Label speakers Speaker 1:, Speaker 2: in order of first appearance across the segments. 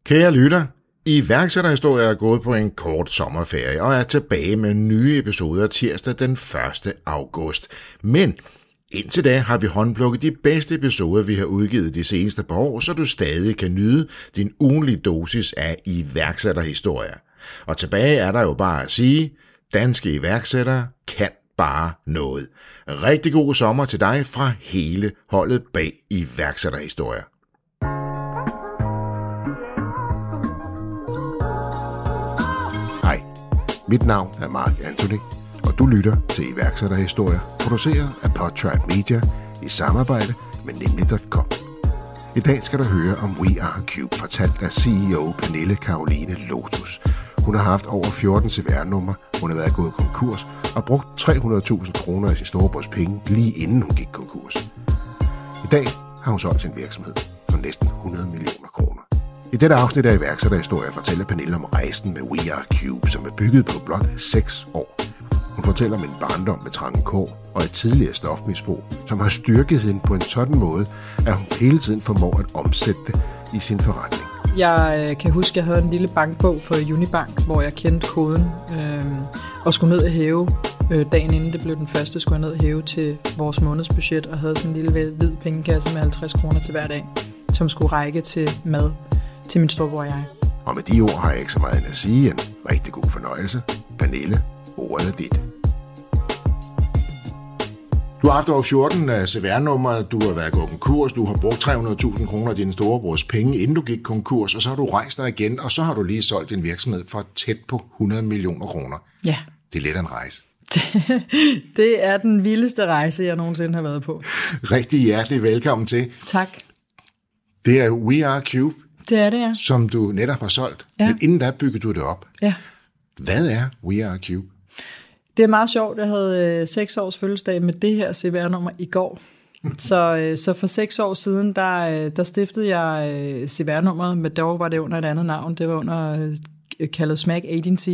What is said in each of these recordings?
Speaker 1: Kære lytter, iværksætterhistorie er gået på en kort sommerferie og er tilbage med nye episoder tirsdag den 1. august. Men indtil da har vi håndplukket de bedste episoder, vi har udgivet de seneste par år, så du stadig kan nyde din ugenlige dosis af iværksætterhistorier. Og tilbage er der jo bare at sige, danske iværksættere kan bare noget. Rigtig god sommer til dig fra hele holdet bag iværksætterhistorier. Hej, mit navn er Mark Anthony, og du lytter til iværksætterhistorier, produceret af Podtribe Media i samarbejde med Nemlig.com. I dag skal du høre om We Are Cube, fortalt af CEO Pernille Caroline Lotus. Hun har haft over 14 CVR-numre, hun har været gået konkurs og brugt 300.000 kroner af sin storebrors penge lige inden hun gik konkurs. I dag har hun solgt sin virksomhed for næsten 100 millioner kroner. I dette afsnit af iværksætterhistorie fortæller Pernille om rejsen med We Are Cube, som er bygget på blot 6 år. Hun fortæller om en barndom med trange kår og et tidligere stofmisbrug, som har styrket hende på en sådan måde, at hun hele tiden formår at omsætte det i sin forretning.
Speaker 2: Jeg kan huske, at jeg havde en lille bankbog for Unibank, hvor jeg kendte koden og skulle ned og hæve. Dagen inden det blev den første, skulle jeg ned og hæve til vores månedsbudget og havde sådan en lille hvid pengekasse med 50 kroner til hver dag, som skulle række til mad til min storebror og jeg.
Speaker 1: Og med de ord har jeg ikke så meget at sige. En rigtig god fornøjelse. Pernille, ordet er dit. Du har haft over 14 CVR-numre, du har været gået konkurs, du har brugt 300.000 kroner af dine storebrors penge, inden du gik konkurs, og så har du rejst dig igen, og så har du lige solgt din virksomhed for tæt på 100 millioner kroner.
Speaker 2: Ja.
Speaker 1: Det er lidt af en rejse.
Speaker 2: Det er den vildeste rejse, jeg nogensinde har været på.
Speaker 1: Rigtig hjertelig velkommen til.
Speaker 2: Tak.
Speaker 1: Det er We Are Cube.
Speaker 2: Det er det, ja.
Speaker 1: Som du netop har solgt. Ja. Men inden da byggede du det op.
Speaker 2: Ja.
Speaker 1: Hvad er We Are Cube?
Speaker 2: Det er meget sjovt. Jeg havde 6 års fødselsdag med det her CVR-nummer i går. Så for 6 år siden, der stiftede jeg CVR-nummeret, men dog var det under et andet navn. Det var under kaldet Smack Agency.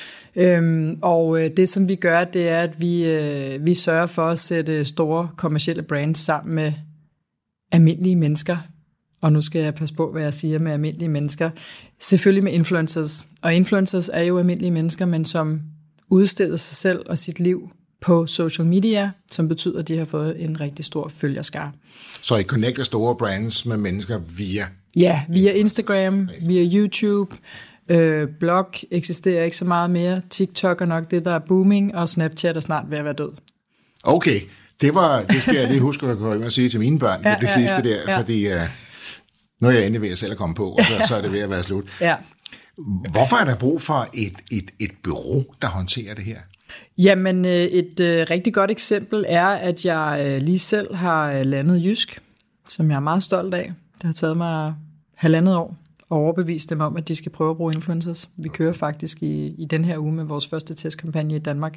Speaker 2: Og det, som vi gør, det er, at vi sørger for at sætte store kommercielle brands sammen med almindelige mennesker. Og nu skal jeg passe på, hvad jeg siger med almindelige mennesker. Selvfølgelig med influencers. Og influencers er jo almindelige mennesker, men som udstiller sig selv og sit liv på social media, som betyder, at de har fået en rigtig stor følgerskare.
Speaker 1: Så I connecter store brands med mennesker via?
Speaker 2: Ja, via Instagram, via YouTube. Blog eksisterer ikke så meget mere. TikTok er nok det, der er booming, og Snapchat er snart ved at være død.
Speaker 1: Okay, det skal jeg lige huske at sige til mine børn, det sidste der, fordi nu er jeg endelig ved at selv at komme på, og så er det ved at være slut.
Speaker 2: Ja.
Speaker 1: Hvorfor er der brug for et bureau, der håndterer det her?
Speaker 2: Jamen, et rigtig godt eksempel er, at jeg lige selv har landet Jysk, som jeg er meget stolt af. Det har taget mig 1,5 år at overbevise dem om, at de skal prøve at bruge influencers. Vi kører faktisk i den her uge med vores første testkampagne i Danmark.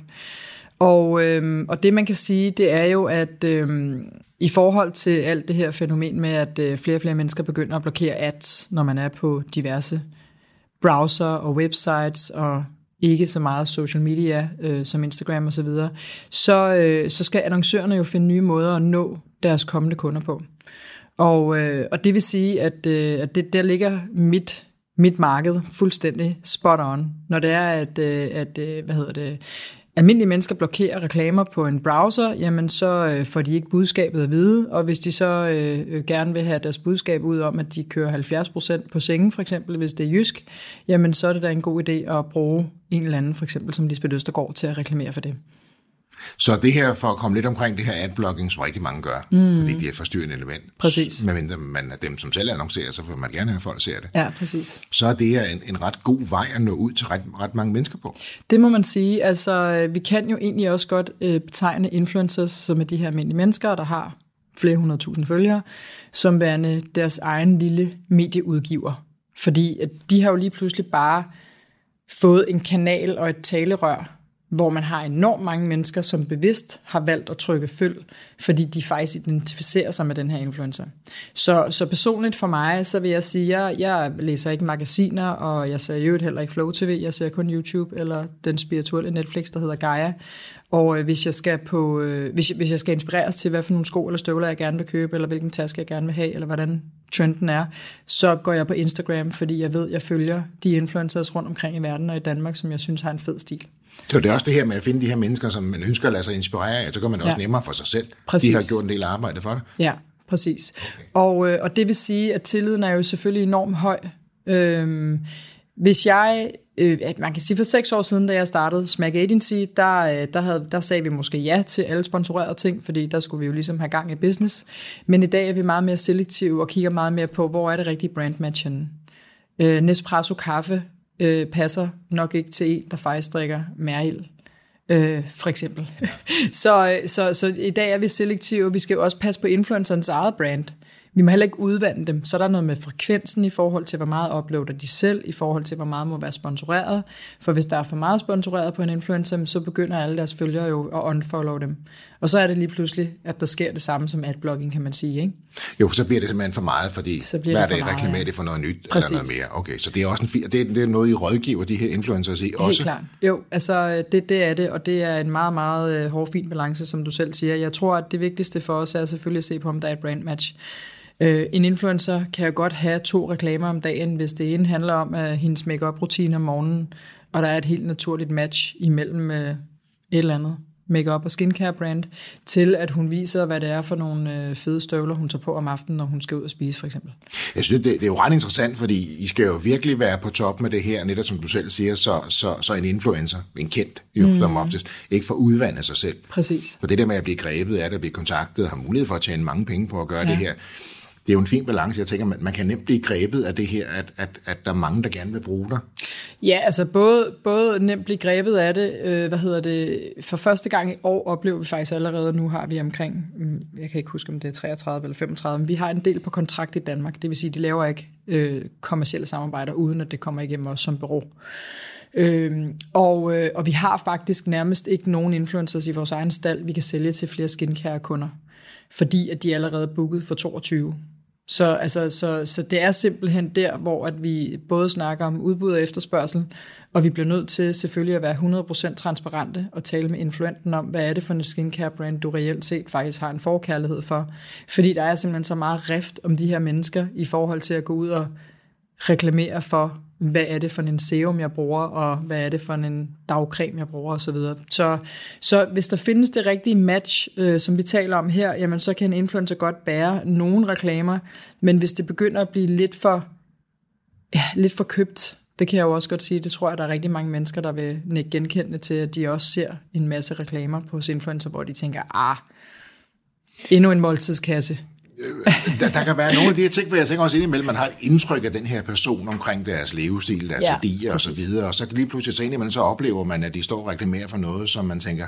Speaker 2: Og det, man kan sige, det er jo, at i forhold til alt det her fænomen med, at flere og flere mennesker begynder at blokere ads, når man er på diverse browser og websites og ikke så meget social media som Instagram og så videre, så skal annoncørerne jo finde nye måder at nå deres kommende kunder på. Og det vil sige, at der ligger mit marked fuldstændig spot on. Når det er, at almindelige mennesker blokerer reklamer på en browser, jamen så får de ikke budskabet at vide, og hvis de så gerne vil have deres budskab ud om, at de kører 70% på sengen, for eksempel, hvis det er Jysk, jamen så er det da en god idé at bruge en eller anden, for eksempel som Lisbeth Østergaard, til at reklamere for det.
Speaker 1: Så det her, for at komme lidt omkring det her adblocking, som rigtig mange gør, fordi det er et forstyrrende element.
Speaker 2: Præcis.
Speaker 1: Medmindre man er dem, som selv annoncerer, så vil man gerne have, at folk ser det.
Speaker 2: Ja, præcis.
Speaker 1: Så er det her en ret god vej at nå ud til ret mange mennesker på.
Speaker 2: Det må man sige. Altså, vi kan jo egentlig også godt betegne influencers, som er de her almindelige mennesker, der har flere 100.000 følgere, som værende deres egen lille medieudgiver. Fordi at de har jo lige pludselig bare fået en kanal og et talerør, hvor man har enormt mange mennesker, som bevidst har valgt at trykke følg, fordi de faktisk identificerer sig med den her influencer. Så personligt for mig, så vil jeg sige, at jeg læser ikke magasiner, og jeg ser jo heller ikke Flow TV, jeg ser kun YouTube eller den spirituelle Netflix, der hedder Gaia. Og hvis jeg skal hvis jeg skal inspireres til, hvad for nogle sko eller støvler jeg gerne vil købe, eller hvilken taske jeg gerne vil have, eller hvordan trenden er, så går jeg på Instagram, fordi jeg ved, jeg følger de influencers rundt omkring i verden og i Danmark, som jeg synes har en fed stil.
Speaker 1: Så det er også det her med at finde de her mennesker, som man ønsker at lade sig inspirere af, så gør man det også nemmere for sig selv.
Speaker 2: Præcis.
Speaker 1: De har gjort en del arbejde for det.
Speaker 2: Ja, præcis. Okay. Og det vil sige, at tilliden er jo selvfølgelig enormt høj. Hvis jeg, man kan sige for 6 år siden, da jeg startede Smack Agency, der sagde vi måske ja til alle sponsorerede ting, fordi der skulle vi jo ligesom have gang i business. Men i dag er vi meget mere selektive og kigger meget mere på, hvor er det rigtige brandmatch henne. Nespresso kaffe passer nok ikke til en, der faktisk drikker Mærhild, for eksempel. Så i dag er vi selektive. Vi skal jo også passe på influencerens eget brand. Vi må heller ikke udvande dem. Så er der noget med frekvensen i forhold til, hvor meget uploader de selv, i forhold til, hvor meget må være sponsoreret. For hvis der er for meget sponsoreret på en influencer, så begynder alle deres følgere jo at unfollow dem. Og så er det lige pludselig, at der sker det samme som adblogging, kan man sige, ikke?
Speaker 1: Jo, så bliver det simpelthen for meget, fordi hver dag reklamerer det for noget nyt. Præcis. Eller noget mere. Okay, så det er også det er noget, I rådgiver de her influencers i også?
Speaker 2: Helt klart. Jo, altså det er det, og det er en meget, meget hård, fin balance, som du selv siger. Jeg tror, at det vigtigste for os er selvfølgelig at se på, om der er et brandmatch. En influencer kan jo godt have 2 reklamer om dagen, hvis det ene handler om hendes make-up-rutine om morgenen, og der er et helt naturligt match imellem et eller andet make-up og skincare brand, til at hun viser, hvad det er for nogle fede støvler, hun tager på om aftenen, når hun skal ud og spise, for eksempel. Jeg
Speaker 1: synes, det er jo ret interessant, fordi I skal jo virkelig være på top med det her, netop som du selv siger, så en influencer, en kendt, som oftest, ikke får udvandet sig selv.
Speaker 2: Præcis. For
Speaker 1: det der med at blive grebet, at blive kontaktet, har mulighed for at tjene mange penge på at gøre det her. Det er jo en fin balance. Jeg tænker, man kan nemt blive grebet af det her, at der er mange, der gerne vil bruge dig.
Speaker 2: Ja, altså både nemt blive grebet af det. For første gang i år oplever vi faktisk allerede, nu har vi omkring, jeg kan ikke huske, om det er 33 eller 35, men vi har en del på kontrakt i Danmark. Det vil sige, de laver ikke kommercielle samarbejder, uden at det kommer igennem os som bureau. Og vi har faktisk nærmest ikke nogen influencers i vores egen stald, vi kan sælge til flere skincare-kunder, fordi at de er allerede booket for 22. Så det er simpelthen der, hvor at vi både snakker om udbud og efterspørgsel, og vi bliver nødt til selvfølgelig at være 100% transparente og tale med influenten om, hvad er det for en skincare brand, du reelt set faktisk har en forkærlighed for. Fordi der er simpelthen så meget rift om de her mennesker i forhold til at gå ud og reklamere for, hvad er det for en serum, jeg bruger, og hvad er det for en dagcreme, jeg bruger, osv. Så hvis der findes det rigtige match, som vi taler om her, jamen så kan en influencer godt bære nogle reklamer, men hvis det begynder at blive lidt for købt, det kan jeg jo også godt sige, det tror jeg, der er rigtig mange mennesker, der vil nikke genkendende til, at de også ser en masse reklamer på hos influencer, hvor de tænker, endnu en måltidskasse.
Speaker 1: Der kan være nogle af de her ting, for jeg tænker også indimellem, man har et indtryk af den her person omkring deres levestil, deres værdier og så videre, og så lige pludselig så indimellem så oplever man, at de står og reklamerer for noget, som man tænker,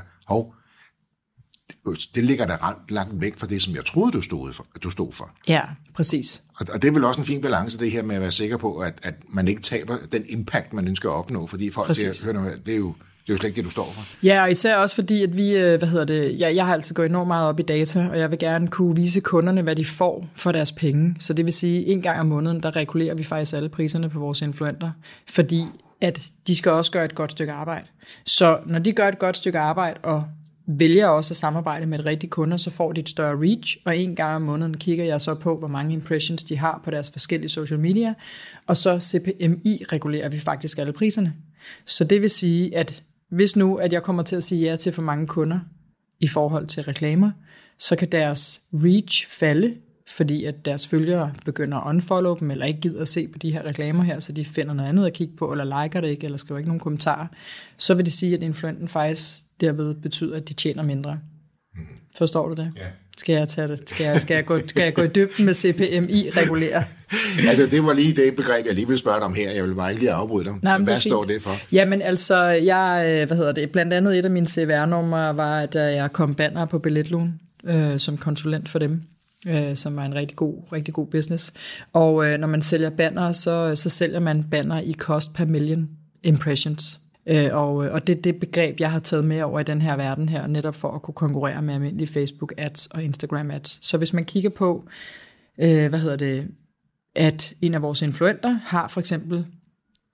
Speaker 1: det ligger der ret langt væk fra det, som jeg troede, du stod for.
Speaker 2: Ja, præcis.
Speaker 1: Og det er vel også en fin balance, det her med at være sikker på, at man ikke taber den impact, man ønsker at opnå, fordi folk siger, det er jo slet ikke det, du står for. Ja,
Speaker 2: og især også fordi, at vi, jeg har altid gået enormt meget op i data, og jeg vil gerne kunne vise kunderne, hvad de får for deres penge. Så det vil sige, en gang om måneden, der regulerer vi faktisk alle priserne på vores influenter, fordi at de skal også gøre et godt stykke arbejde. Så når de gør et godt stykke arbejde, og vælger også at samarbejde med et rigtigt kunder, så får de et større reach, og en gang om måneden kigger jeg så på, hvor mange impressions de har på deres forskellige social media, og så CPMI regulerer vi faktisk alle priserne. Så det vil sige, at hvis nu, at jeg kommer til at sige ja til for mange kunder i forhold til reklamer, så kan deres reach falde, fordi at deres følgere begynder at unfollow dem, eller ikke gider at se på de her reklamer her, så de finder noget andet at kigge på, eller liker det ikke, eller skriver ikke nogen kommentarer. Så vil det sige, at influenten faktisk derved betyder, at de tjener mindre. Forstår du det? Ja. Skal jeg tage det? Skal jeg gå i dybden med CPMI-regulere?
Speaker 1: Altså, det var lige det begreb, jeg lige vil spørge dig om her. Jeg vil bare ikke lige afbryde dig.
Speaker 2: Nej,
Speaker 1: hvad står det for?
Speaker 2: Jamen altså, blandt andet et af mine CVR-numre var, at jeg kom banner på Billetlugen som konsulent for dem, som var en rigtig god business. Og når man sælger banner, så sælger man banner i cost per million impressions. Og det er det begreb, jeg har taget med over i den her verden her, netop for at kunne konkurrere med almindelige Facebook ads og Instagram ads. Så hvis man kigger på, at en af vores influenter har for eksempel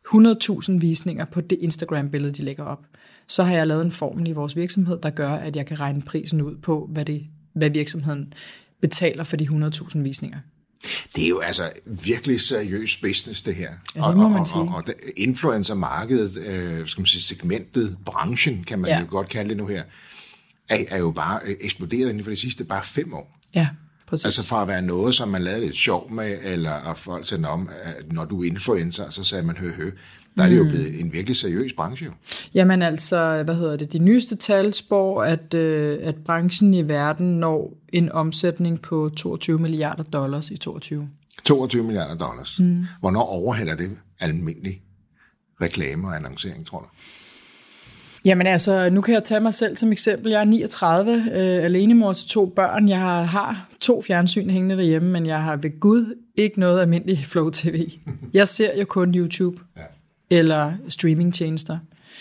Speaker 2: 100.000 visninger på det Instagram-billede, de lægger op, så har jeg lavet en formel i vores virksomhed, der gør, at jeg kan regne prisen ud på, hvad virksomheden betaler for de 100.000 visninger.
Speaker 1: Det er jo altså virkelig seriøs business, det her.
Speaker 2: Ja, det må man sige.
Speaker 1: Og influencermarkedet, skal man sige, segmentet, branchen, kan man jo godt kalde det nu her, er jo bare eksploderet inden for de sidste bare 5 år.
Speaker 2: Ja, præcis.
Speaker 1: Altså fra at være noget, som man lavede lidt sjov med, eller at folk sagde om, at når du er influencer, så sagde man hø. Der er det jo blevet en virkelig seriøs branche jo.
Speaker 2: Jamen altså, de nyeste tal spår, at branchen i verden når en omsætning på $22 milliarder i 2022.
Speaker 1: $22 milliarder. Hvornår overhælder det almindelig reklame og annoncering, tror du?
Speaker 2: Jamen altså, nu kan jeg tage mig selv som eksempel. Jeg er 39, alenemor til 2 børn. Jeg har 2 fjernsyn hængende derhjemme, men jeg har ved Gud ikke noget almindeligt Flow TV. Jeg ser jo kun YouTube eller streamingtjenester.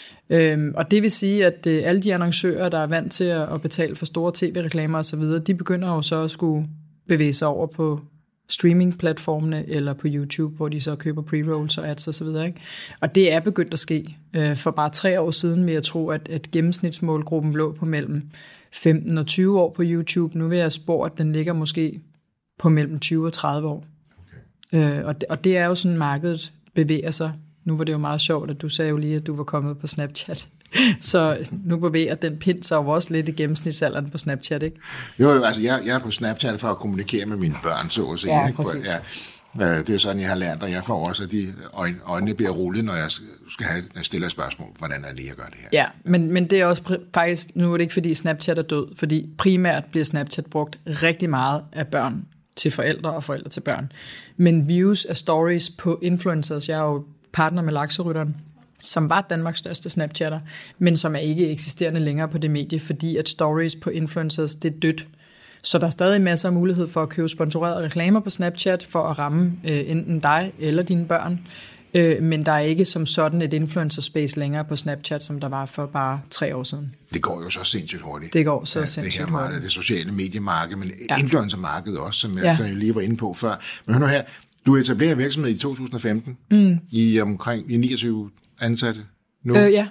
Speaker 2: Og det vil sige, at alle de annoncører, der er vant til at betale for store tv-reklamer osv., de begynder jo så at skulle bevæge sig over på streamingplatformene eller på YouTube, hvor de så køber pre-rolls og ads og så videre, ikke? Og det er begyndt at ske. For bare 3 år siden vil jeg tro, at gennemsnitsmålgruppen lå på mellem 15 og 20 år på YouTube. Nu vil jeg spå, at den ligger måske på mellem 20 og 30 år. Okay. Og det er jo sådan, markedet bevæger sig. Nu var det jo meget sjovt, at du sagde jo lige, at du var kommet på Snapchat. Så nu bevæger den pind sig jo også lidt i gennemsnitsalderen på Snapchat, ikke? Jo,
Speaker 1: altså jeg er på Snapchat for at kommunikere med mine børn, så at sige.
Speaker 2: Ja, præcis.
Speaker 1: Det er jo sådan, jeg har lært, og jeg får også, at de øjnene bliver rullet, når jeg stiller spørgsmål. Hvordan er det, jeg gør det her?
Speaker 2: Ja, men det er også faktisk, nu er det ikke fordi Snapchat er død, fordi primært bliver Snapchat brugt rigtig meget af børn til forældre og forældre til børn. Men views af stories på influencers, jeg er jo partner med Lakserytteren, som var Danmarks største Snapchatter, men som er ikke eksisterende længere på det medie, fordi at stories på influencers, det er dødt. Så der er stadig masser af mulighed for at købe sponsorerede reklamer på Snapchat, for at ramme enten dig eller dine børn, men der er ikke som sådan et influencer-space længere på Snapchat, som der var for bare 3 år siden.
Speaker 1: Det går jo så sindssygt hurtigt.
Speaker 2: Det går så sindssygt hurtigt.
Speaker 1: Det her det sociale mediemarked, men influencermarkedet også, som jeg lige var inde på før. Men hør nu her, du etablerer virksomhed i 2015, i omkring 29 ansatte nu.
Speaker 2: Ja.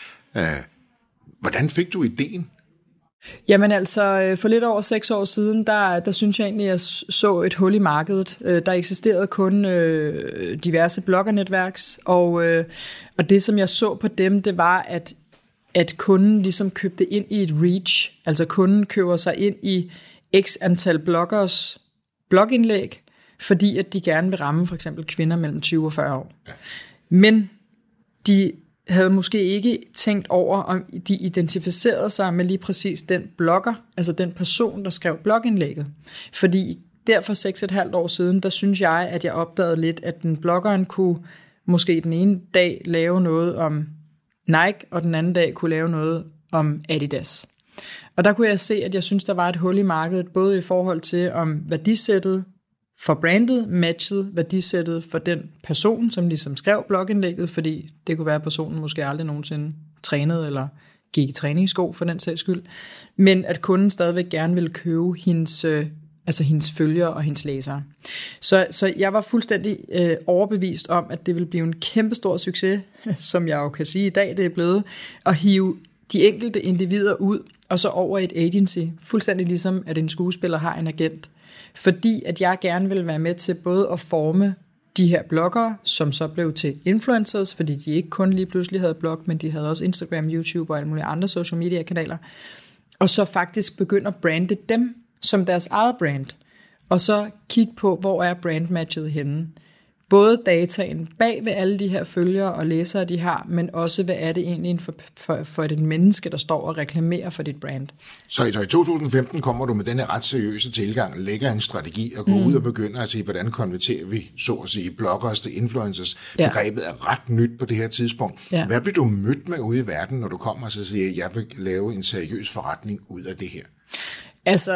Speaker 1: Hvordan fik du ideen?
Speaker 2: Jamen altså, for lidt over 6 år siden, der synes jeg egentlig, at jeg så et hul i markedet. Der eksisterede kun diverse bloggernetværks, og det, som jeg så på dem, det var, at kunden ligesom købte ind i et reach. Altså kunden køber sig ind i x antal bloggers blogindlæg, fordi at de gerne vil ramme for eksempel kvinder mellem 20 og 40 år. Ja. Men de havde måske ikke tænkt over, om de identificerede sig med lige præcis den blogger, altså den person, der skrev blogindlægget. Fordi der for 6,5 år siden, der synes jeg, at jeg opdagede lidt, at den bloggeren kunne måske den ene dag lave noget om Nike, og den anden dag kunne lave noget om Adidas. Og der kunne jeg se, at jeg synes, der var et hul i markedet, både i forhold til, om værdisættet for brandet matchede værdisættet for den person, som ligesom skrev blogindlægget, fordi det kunne være, at personen måske aldrig nogensinde trænede eller gik i træningssko for den sags skyld, men at kunden stadigvæk gerne ville købe hendes følgere og hendes læsere. Så jeg var fuldstændig overbevist om, at det ville blive en kæmpestor succes, som jeg jo kan sige i dag, det er blevet, at hive de enkelte individer ud, og så over et agency, fuldstændig ligesom at en skuespiller har en agent. Fordi at jeg gerne vil være med til både at forme de her bloggere, som så blev til influencers, fordi de ikke kun lige pludselig havde blog, men de havde også Instagram, YouTube og alle mulige andre social media kanaler, og så faktisk begynde at brande dem som deres eget brand, og så kigge på, hvor er brandmatchet henne. Både dataen bag ved alle de her følgere og læsere, de har, men også, hvad er det egentlig for et menneske, der står og reklamerer for dit brand. Så
Speaker 1: i 2015 kommer du med denne ret seriøse tilgang, lægger en strategi og går ud og begynder at se, hvordan konverterer vi, så at sige, bloggers til influencers. Ja. Begrebet er ret nyt på det her tidspunkt. Ja. Hvad bliver du mødt med ude i verden, når du kommer og så siger, at jeg vil lave en seriøs forretning ud af det her?
Speaker 2: Altså,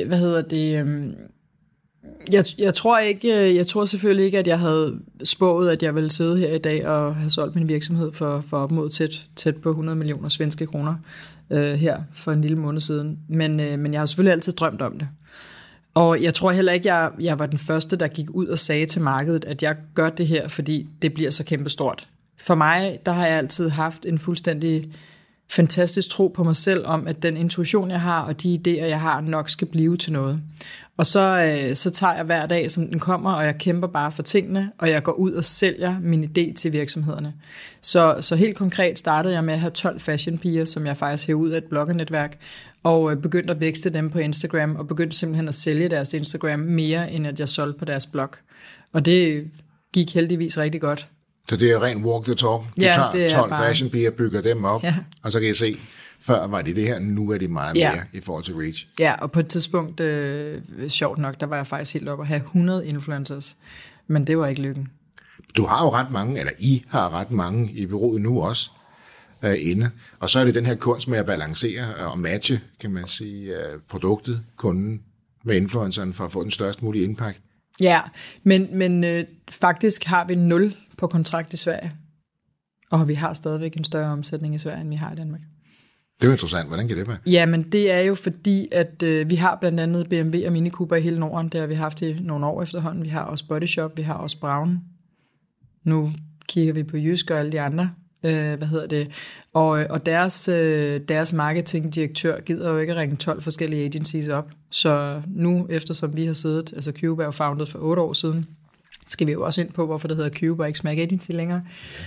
Speaker 2: Jeg tror selvfølgelig ikke, at jeg havde spået, at jeg ville sidde her i dag og have solgt min virksomhed for op mod tæt på 100 millioner svenske kroner her for en lille måned siden. Men jeg har selvfølgelig altid drømt om det. Og jeg tror heller ikke, jeg var den første, der gik ud og sagde til markedet, at jeg gør det her, fordi det bliver så kæmpestort. For mig, der har jeg altid haft en fuldstændig fantastisk tro på mig selv, om at den intuition, jeg har, og de idéer, jeg har, nok skal blive til noget. Og så tager jeg hver dag, som den kommer, og jeg kæmper bare for tingene, og jeg går ud og sælger min idé til virksomhederne. Så helt konkret startede jeg med at have 12 fashionpiger, som jeg faktisk hævde ud af et bloggernetværk, og begyndte at vækste dem på Instagram, og begyndte simpelthen at sælge deres Instagram mere, end at jeg solgte på deres blog. Og det gik heldigvis rigtig godt.
Speaker 1: Så det er ren walk the talk. Du tager 12 fashionpiger, bygger dem op, og så kan I se, før var det her, nu er det meget mere i forhold til reach.
Speaker 2: Ja, og på et tidspunkt, sjovt nok, der var jeg faktisk helt oppe at have 100 influencers, men det var ikke lykken.
Speaker 1: Du har jo ret mange, eller I har ret mange i bureauet nu også inde, og så er det den her kunst med at balancere og matche, kan man sige, produktet, kunden med influenceren for at få den størst mulige impact.
Speaker 2: Ja, men faktisk har vi 0 på kontrakt i Sverige, og vi har stadigvæk en større omsætning i Sverige, end vi har i Danmark.
Speaker 1: Det er jo interessant. Hvordan kan det være?
Speaker 2: Ja, men det er jo fordi, at vi har blandt andet BMW og Mini Cooper i hele Norden. Det har vi haft i nogle år efterhånden. Vi har også Body Shop, vi har også Braun. Nu kigger vi på Jysk og alle de andre. Og deres marketingdirektør gider jo ikke ringe 12 forskellige agencies op. Så nu, eftersom vi har siddet, altså Cube er jo founded for 8 år siden, skal vi jo også ind på, hvorfor det hedder Cube og ikke Smack Agency længere.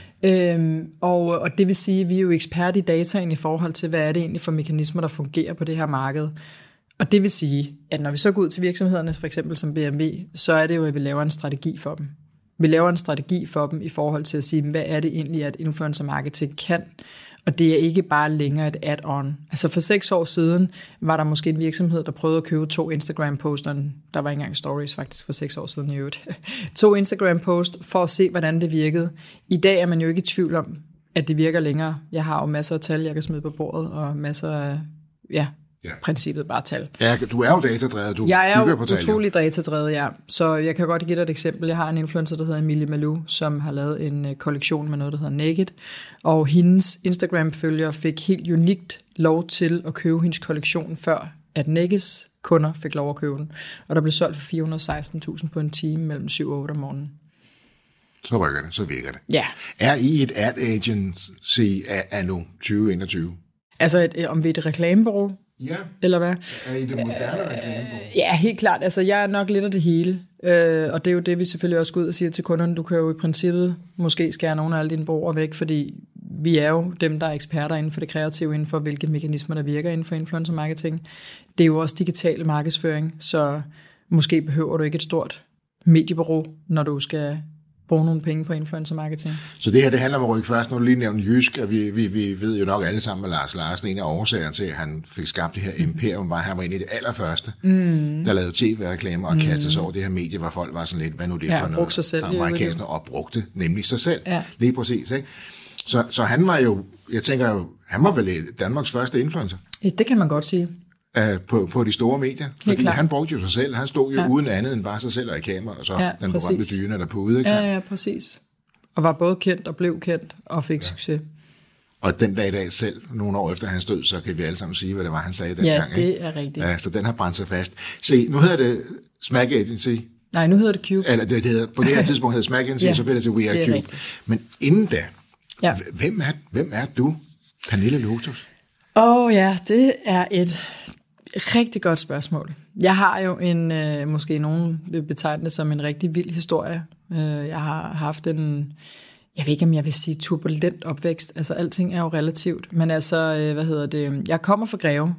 Speaker 2: Og det vil sige, at vi er jo ekspert i dataen i forhold til, hvad er det egentlig for mekanismer, der fungerer på det her marked. Og det vil sige, at når vi så går ud til virksomhederne, for eksempel som BMW, så er det jo, at vi laver en strategi for dem. Vi laver en strategi for dem i forhold til at sige, hvad er det egentlig, at influencer marketing kan. Og det er ikke bare længere et add-on. Altså for 6 år siden var der måske en virksomhed, der prøvede at købe 2 Instagram-posts, der var ikke engang stories faktisk for 6 år siden i øvrigt. 2 Instagram-posts for at se, hvordan det virkede. I dag er man jo ikke i tvivl om, at det virker længere. Jeg har jo masser af tal, jeg kan smide på bordet, og masser af, princippet bare tal.
Speaker 1: Ja, du er jo datadrevet,
Speaker 2: jeg er jo utrolig datadrevet, ja. Så jeg kan godt give dig et eksempel. Jeg har en influencer, der hedder Emilie Malou, som har lavet en kollektion med noget, der hedder Naked. Og hendes Instagram-følgere fik helt unikt lov til at købe hendes kollektion, før at Nakeds kunder fik lov at købe den. Og der blev solgt for 416.000 på en time mellem 7 og 8 om morgenen.
Speaker 1: Så rykker det, så virker det.
Speaker 2: Ja.
Speaker 1: Er I et ad agency af nu 2021? Altså,
Speaker 2: om vi er et reklamebureau?
Speaker 1: Ja.
Speaker 2: Eller hvad?
Speaker 1: Er I det moderne reklamebureau?
Speaker 2: Ja, helt klart. Altså, jeg er nok lidt af det hele. Og det er jo det, vi selvfølgelig også går ud og siger til kunderne. Du kan jo i princippet måske skære nogle af alle dine brugere væk, fordi vi er jo dem, der er eksperter inden for det kreative, inden for hvilke mekanismer, der virker inden for influencer marketing. Det er jo også digital markedsføring, så måske behøver du ikke et stort mediebureau, når du skal bruge nogle penge på influencer marketing. Så
Speaker 1: det her, det handler om at rykke først, når du lige nævnte Jysk, at vi ved jo nok alle sammen, at Lars Larsen, en af årsagerne til, at han fik skabt det her imperium, var, at han var inde i det allerførste, der lavede tv-reklamer og kastede sig over det her medie, hvor folk var sådan lidt, hvad nu det for noget,
Speaker 2: sig selv,
Speaker 1: amerikanerne opbrugte, nemlig sig selv. Ja. Lige præcis, ikke? Så han var jo, jeg tænker jo, han var vel Danmarks første influencer.
Speaker 2: Ja, det kan man godt sige.
Speaker 1: På de store medier. Fordi han brugte jo sig selv. Han stod jo uden andet end bare sig selv og i kamera, og så den berømte dyne der på ude. Ikke?
Speaker 2: Ja, præcis. Og var både kendt og blev kendt og fik succes.
Speaker 1: Og den dag i dag selv, nogle år efter hans død, så kan vi alle sammen sige, hvad det var, han sagde dengang.
Speaker 2: Ja, det er rigtigt.
Speaker 1: Ja, så den har brændt sig fast. Se, nu hedder det Smack Agency.
Speaker 2: Nej, nu hedder det Cube.
Speaker 1: Eller det hedder, på det her tidspunkt hedder Smack Agency, så bliver det til We Are Cube. Rigtigt. Men inden da, hvem er du, Pernille Lotus?
Speaker 2: Det er et rigtig godt spørgsmål. Jeg har jo måske nogen vil betegne det som en rigtig vild historie. Jeg har haft jeg ved ikke, om jeg vil sige turbulent opvækst. Altså, alting er jo relativt. Men altså, jeg kommer fra Greve,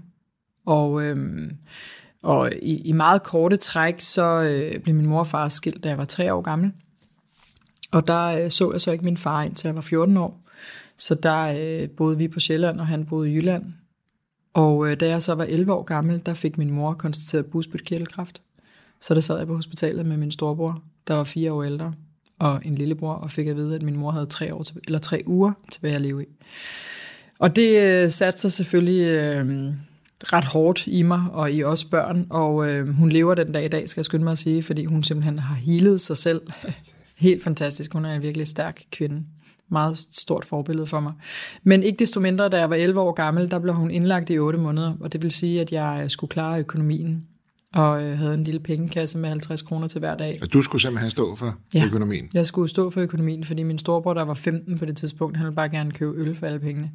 Speaker 2: og i meget korte træk, så blev min mor og far skilt, da jeg var 3 år gammel. Og der så jeg så ikke min far, indtil jeg var 14 år. Så der boede vi på Sjælland, og han boede i Jylland. Og da jeg så var 11 år gammel, der fik min mor konstateret bugspytkirtelkræft. Så der sad jeg på hospitalet med min storebror, der var 4 år ældre, og en lillebror, og fik at vide, at min mor havde 3 uger tilbage at leve i. Og det satte sig selvfølgelig ret hårdt i mig, og i os børn, og hun lever den dag i dag, skal jeg skynde mig at sige, fordi hun simpelthen har healet sig selv. Helt fantastisk, hun er en virkelig stærk kvinde. Meget stort forbillede for mig. Men ikke desto mindre, da jeg var 11 år gammel, der blev hun indlagt i 8 måneder, og det vil sige, at jeg skulle klare økonomien. og havde en lille pengekasse med 50 kroner til hver dag.
Speaker 1: Og du skulle simpelthen stå for økonomien?
Speaker 2: Jeg skulle stå for økonomien, fordi min storebror, der var 15 på det tidspunkt, han ville bare gerne købe øl for alle pengene.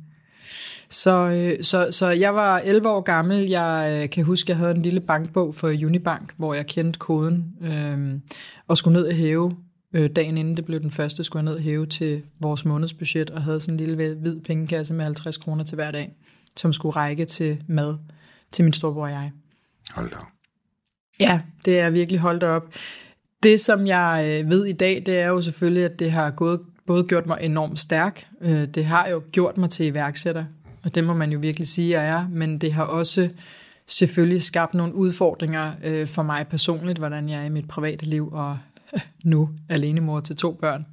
Speaker 2: Så jeg var 11 år gammel. Jeg kan huske, at jeg havde en lille bankbog for Unibank, hvor jeg kendte koden, og skulle ned og hæve. Dagen inden det blev den første, skulle jeg ned og hæve til vores månedsbudget, og havde sådan en lille hvid pengekasse med 50 kroner til hver dag, som skulle række til mad til min storebror og jeg.
Speaker 1: Hold da op.
Speaker 2: Ja, det er virkelig holdt op. Det, som jeg ved i dag, det er jo selvfølgelig, at det har både gjort mig enormt stærk. Det har jo gjort mig til iværksætter, og det må man jo virkelig sige, jeg er. Men det har også selvfølgelig skabt nogle udfordringer for mig personligt, hvordan jeg er i mit private liv, og nu alenemor til 2 børn.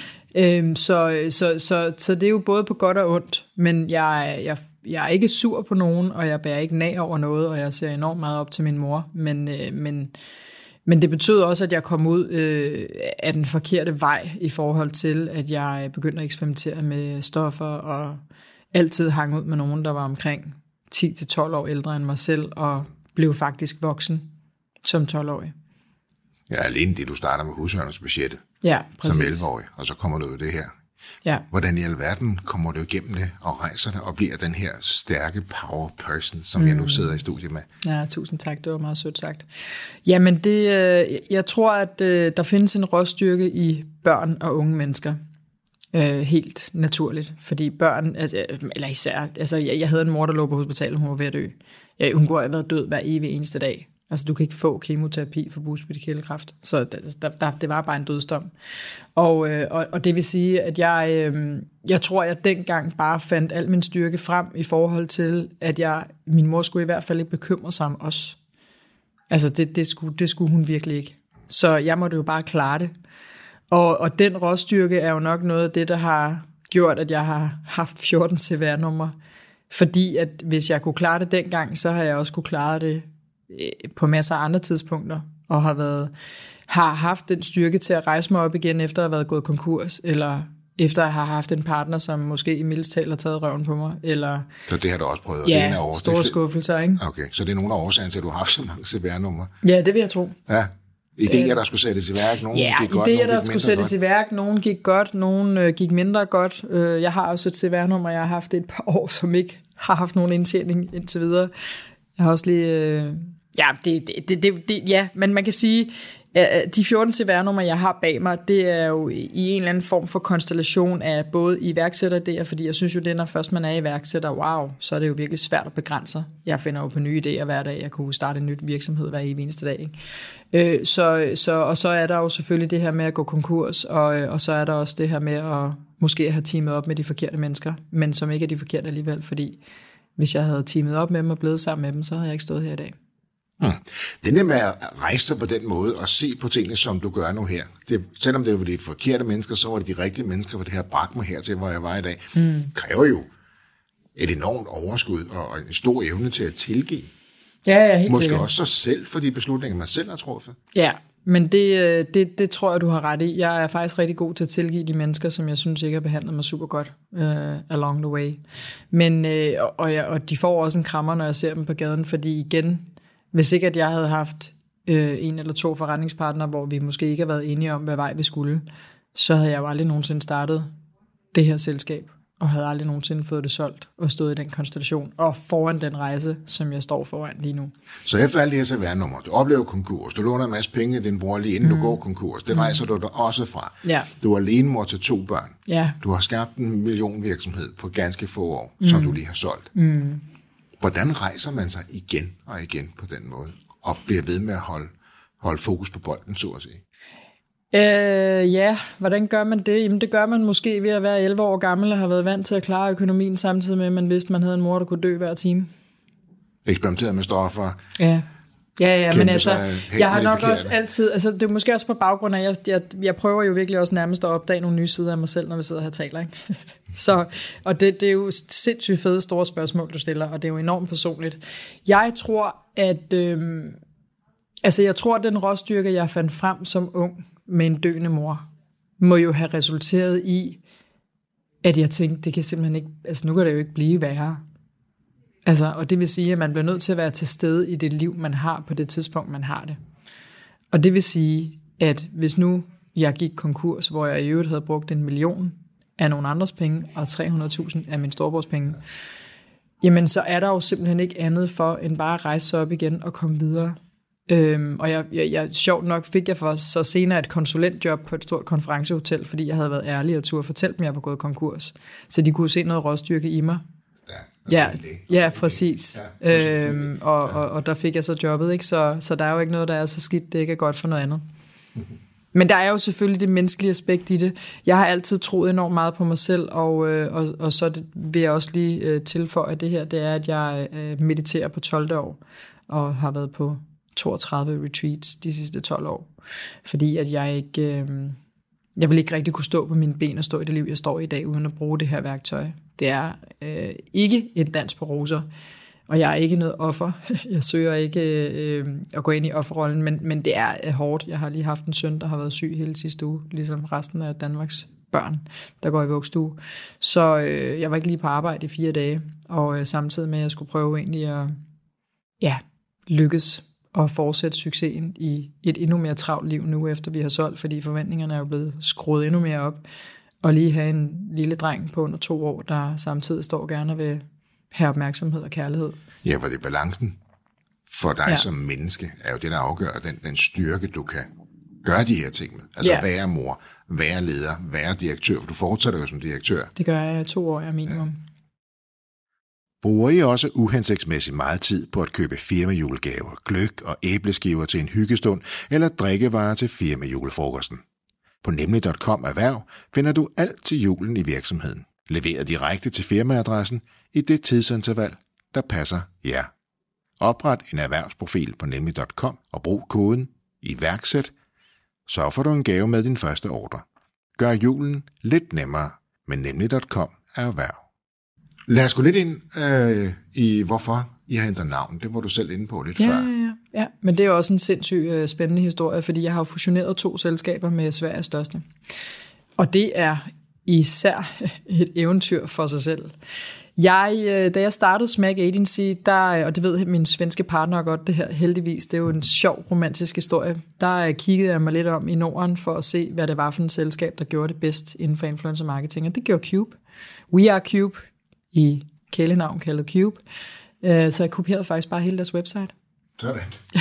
Speaker 2: Så det er jo både på godt og ondt, men jeg er ikke sur på nogen, og jeg bærer ikke nag over noget, og jeg ser enormt meget op til min mor, men det betød også, at jeg kom ud af den forkerte vej i forhold til, at jeg begyndte at eksperimentere med stoffer, og altid hang ud med nogen, der var omkring 10-12 år ældre end mig selv, og blev faktisk voksen som 12-årig.
Speaker 1: Ja, alene det, du starter med husholdningsbudgettet,
Speaker 2: ja, præcis.
Speaker 1: Som 11-årig, og så kommer du ud af det her.
Speaker 2: Ja.
Speaker 1: Hvordan i alverden kommer du igennem det og rejser dig og bliver den her stærke power person, som jeg nu sidder i studiet med?
Speaker 2: Ja, tusind tak. Det var meget sødt sagt. Jamen, jeg tror, at der findes en råstyrke i børn og unge mennesker. Helt naturligt. Fordi børn, eller især, jeg havde en mor, der lå på hospitalet, hun var ved at dø. Hun kunne have været død hver evig eneste dag. Altså, du kan ikke få kemoterapi for bugspytkirtelkræft. Så det var bare en dødsdom. Og det vil sige, at jeg tror, at jeg dengang bare fandt al min styrke frem i forhold til, at min mor skulle i hvert fald ikke bekymre sig om os. Altså, det skulle hun virkelig ikke. Så jeg måtte jo bare klare det. Og den råstyrke er jo nok noget af det, der har gjort, at jeg har haft 14 CVR-numre. Fordi at hvis jeg kunne klare det dengang, så har jeg også kunne klare det på masser af andre tidspunkter, og har haft den styrke til at rejse mig op igen, efter at have været gået konkurs, eller efter at have haft en partner, som måske i mildest talt har taget røven på mig. Eller,
Speaker 1: så det har du også prøvet?
Speaker 2: Ja,
Speaker 1: det er
Speaker 2: store skuffelser, ikke?
Speaker 1: Okay, så det er nogle af årsagen til, at du har haft så mange CVR-numre?
Speaker 2: Ja, det vil jeg tro.
Speaker 1: Ja. Idéer, der skulle sættes i værk, nogle gik godt,
Speaker 2: idéer, der skulle sættes i værk, nogle gik godt, nogle gik mindre godt. Jeg har også et CVR-nummer, jeg har haft det et par år, som ikke har haft nogen indtjening indtil videre. Jeg har også lige... men man kan sige, at de 14 CVR-numre, jeg har bag mig, det er jo i en eller anden form for konstellation af både iværksætteridéer, fordi jeg synes jo, det når først man er iværksætter, wow, så er det jo virkelig svært at begrænse sig. Jeg finder jo på nye idéer hver dag, jeg kunne starte en ny virksomhed hver eneste dag, ikke? Og så er der jo selvfølgelig det her med at gå konkurs, og så er der også det her med at måske have teamet op med de forkerte mennesker, men som ikke er de forkerte alligevel, fordi hvis jeg havde teamet op med dem og blevet sammen med dem, så havde jeg ikke stået her i dag.
Speaker 1: Det der med at rejse sig på den måde og se på tingene, som du gør nu her, selvom det var de forkerte mennesker, så var det de rigtige mennesker, for det her bragte mig hertil, hvor jeg var i dag, kræver jo et enormt overskud og en stor evne til at tilgive.
Speaker 2: Ja, helt
Speaker 1: måske
Speaker 2: sikkert.
Speaker 1: Også sig selv for de beslutninger, man selv har truffet.
Speaker 2: Ja, men det tror jeg, du har ret i. Jeg er faktisk rigtig god til at tilgive de mennesker, som jeg synes ikke har behandlet mig super godt along the way. Men, og de får også en krammer, når jeg ser dem på gaden, fordi igen, hvis ikke at jeg havde haft 1 eller 2 forretningspartnere, hvor vi måske ikke har været enige om, hvad vej vi skulle, så havde jeg jo aldrig nogensinde startet det her selskab, og havde aldrig nogensinde fået det solgt, og stået i den konstellation, og foran den rejse, som jeg står foran lige nu.
Speaker 1: Så efter alle de her CVR-numre, du oplever konkurs, du låner en masse penge af din bror lige inden du går konkurs, det rejser du dig også fra.
Speaker 2: Ja.
Speaker 1: Du er alenemor til 2 børn.
Speaker 2: Ja.
Speaker 1: Du har skabt en millionvirksomhed på ganske få år, som du lige har solgt. Hvordan rejser man sig igen og igen på den måde, og bliver ved med at holde fokus på bolden, så at sige?
Speaker 2: Ja, hvordan gør man det? Jamen, det gør man måske ved at være 11 år gammel og have været vant til at klare økonomien, samtidig med, at man vidste, at man havde en mor, der kunne dø hver time.
Speaker 1: Eksperimenteret med stoffer.
Speaker 2: Ja, men altså, jeg har nok også altid, altså det er måske også på baggrund af, jeg prøver jo virkelig også nærmest at opdage nogle nye sider af mig selv, når vi sidder her og taler, ikke? Så, og det er jo sindssygt fede store spørgsmål, du stiller, og det er jo enormt personligt. Jeg tror, at den råstyrke, jeg fandt frem som ung med en døende mor, må jo have resulteret i, at jeg tænkte, det kan simpelthen ikke, altså nu kan det jo ikke blive værre. Altså, og det vil sige, at man bliver nødt til at være til stede i det liv, man har på det tidspunkt, man har det. Og det vil sige, at hvis nu jeg gik konkurs, hvor jeg i øvrigt havde brugt 1 million af nogle andres penge, og 300.000 af min storebrors penge, jamen så er der jo simpelthen ikke andet for, end bare at rejse sig op igen og komme videre. Og jeg sjovt nok fik jeg for så senere et konsulentjob på et stort konferencehotel, fordi jeg havde været ærlig og turde fortælle dem, at jeg var gået konkurs. Så de kunne se noget råstyrke i mig. Ja, præcis. Og der fik jeg så jobbet, ikke? Så der er jo ikke noget, der er så skidt, det ikke er godt for noget andet. Men der er jo selvfølgelig det menneskelige aspekt i det. Jeg har altid troet enormt meget på mig selv, og så vil jeg også lige tilføje det her, det er, at jeg mediterer på 12. år, og har været på 32 retreats de sidste 12 år. Fordi at jeg vil ikke rigtig kunne stå på mine ben og stå i det liv, jeg står i dag, uden at bruge det her værktøj. Det er ikke en dans på roser, og jeg er ikke noget offer. Jeg søger ikke at gå ind i offerrollen, men det er hårdt. Jeg har lige haft en søn, der har været syg hele sidste uge, ligesom resten af Danmarks børn, der går i vuggestue. Så jeg var ikke lige på arbejde i 4 dage, og samtidig med, at jeg skulle prøve egentlig at lykkes og fortsætte succesen i et endnu mere travlt liv nu, efter vi har solgt, fordi forventningerne er jo blevet skruet endnu mere op, og lige have en lille dreng på under 2 år, der samtidig står gerne ved have opmærksomhed og kærlighed.
Speaker 1: Ja, for det er balancen for dig som menneske, er jo det, der afgør den styrke, du kan gøre de her ting med. Altså være mor, være leder, være direktør, for du fortsætter jo som direktør.
Speaker 2: Det gør jeg i 2 år minimum. Ja.
Speaker 1: Bruger I også uhensigtsmæssigt meget tid på at købe firmajulegaver, gløgg og æbleskiver til en hyggestund eller drikkevarer til firmajulefrokosten? På nemlig.com Erhverv finder du alt til julen i virksomheden, leveret direkte til firmaadressen i det tidsinterval, der passer jer. Opret en erhvervsprofil på nemlig.com og brug koden iværksæt, så får du en gave med din første ordre. Gør julen lidt nemmere med nemlig.com Erhverv. Lad os gå lidt ind i, hvorfor I har ændret navn. Det var du selv inde på lidt før.
Speaker 2: Ja, men det er også en sindssygt spændende historie, fordi jeg har fusioneret 2 selskaber med Sveriges største. Og det er især et eventyr for sig selv. Da jeg startede Smack Agency, og det ved min svenske partner godt, det her heldigvis, det er jo en sjov romantisk historie, der kiggede jeg mig lidt om i Norden for at se, hvad det var for et selskab, der gjorde det bedst inden for influencer marketing, og det gjorde Cube. We Are Cube, i kælenavn kaldet Cube. Så jeg kopierede faktisk bare hele deres website.
Speaker 1: Sådan.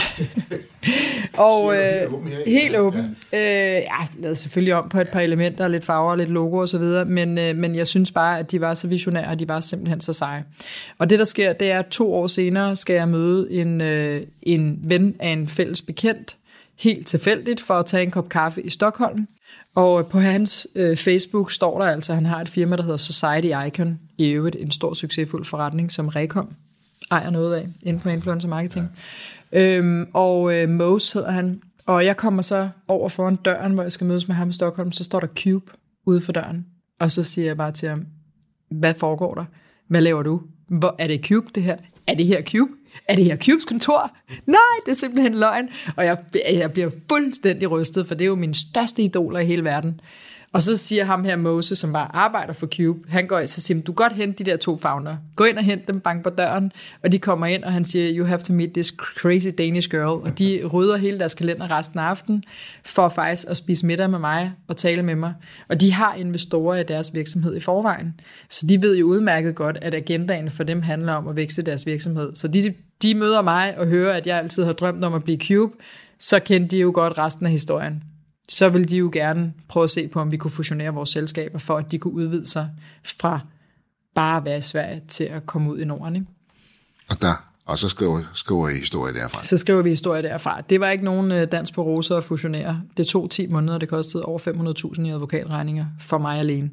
Speaker 2: Og helt åben. Jeg lavede selvfølgelig om på et par elementer, lidt farver, lidt logo og så videre, men jeg synes bare, at de var så visionære, og de var simpelthen så seje. Og det, der sker, det er, at 2 år senere skal jeg møde en ven af en fælles bekendt, helt tilfældigt, for at tage en kop kaffe i Stockholm. Og på hans Facebook står der altså, at han har et firma, der hedder Society Icon, i øvrigt en stor succesfuld forretning, som Rekom ejer noget af inden for influencer marketing. Ja. Mose hedder han, og jeg kommer så over foran døren, hvor jeg skal mødes med ham i Stockholm, så står der Cube ude for døren, og så siger jeg bare til ham, hvad foregår der? Hvad laver du? Er det Cube det her? Er det her Cube? Er det her Cubes kontor? Nej, det er simpelthen løgn. Og jeg bliver fuldstændig rystet, for det er jo mine største idoler i hele verden. Og så siger ham her Mose, som bare arbejder for Cube, han går ind og siger, du kan godt hente de der 2 founder. Gå ind og hent dem, bank på døren, og de kommer ind, og han siger, you have to meet this crazy Danish girl. Og de rydder hele deres kalender resten af aftenen, for faktisk at spise middag med mig og tale med mig. Og de har investorer i deres virksomhed i forvejen. Så de ved jo udmærket godt, at agendaen for dem handler om at vækste deres virksomhed. Så de møder mig og hører, at jeg altid har drømt om at blive Cube, så kendte de jo godt resten af historien. Så ville de jo gerne prøve at se på, om vi kunne fusionere vores selskaber, for at de kunne udvide sig fra bare at være i Sverige til at komme ud i Norden. Ikke?
Speaker 1: Og så skriver I historie derfra? Så
Speaker 2: skriver vi historie derfra. Det var ikke nogen dans på roser at fusionere. Det tog 10 måneder, det kostede over 500.000 i advokatregninger for mig alene.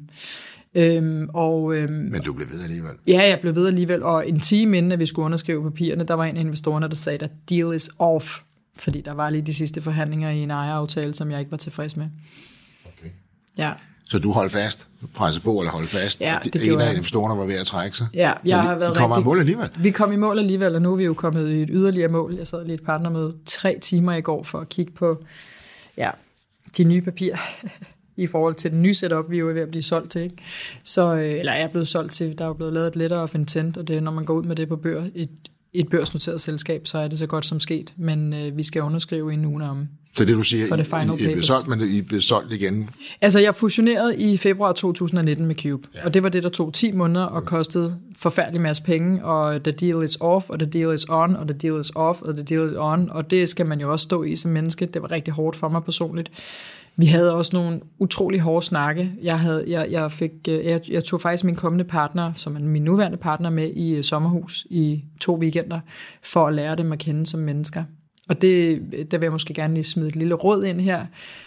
Speaker 1: Men du blev ved alligevel?
Speaker 2: Ja, jeg blev ved alligevel, og en time inden, at vi skulle underskrive papirerne, der var en af investorerne, der sagde, at deal is off. Fordi der var lige de sidste forhandlinger i en ejeraftale, som jeg ikke var tilfreds med.
Speaker 1: Okay.
Speaker 2: Ja.
Speaker 1: Så du holdt fast, presset på eller holdt fast?
Speaker 2: Ja, det
Speaker 1: en af investorerne var ved at trække sig?
Speaker 2: Ja, jeg har været
Speaker 1: kommer i mål alligevel?
Speaker 2: Vi kom i mål alligevel, og nu er vi jo kommet i et yderligere mål. Jeg sad lige i et partnermøde 3 timer i går for at kigge på de nye papirer i forhold til den nye setup, vi jo er ved at blive solgt til. Ikke? Så, eller er blevet solgt til. Der er jo blevet lavet et letter of intent, og det, når man går ud med det på et børsnoteret selskab, så er det så godt som sket. Men vi skal underskrive en uge om.
Speaker 1: Så det du siger, I blev solgt, men I blev solgt igen?
Speaker 2: Altså jeg fusionerede i februar 2019 med Cube, og det var det, der tog 10 måneder og kostede forfærdelig masse penge, og the deal is off, og the deal is on, og the deal is off, og the deal is on, og det skal man jo også stå i som menneske. Det var rigtig hårdt for mig personligt. Vi havde også nogle utrolig hårde snakke. Jeg tog faktisk min kommende partner, som er min nuværende partner, med i sommerhus i 2 weekender, for at lære dem at kende som mennesker. Og der vil jeg måske gerne lige smide et lille råd ind her.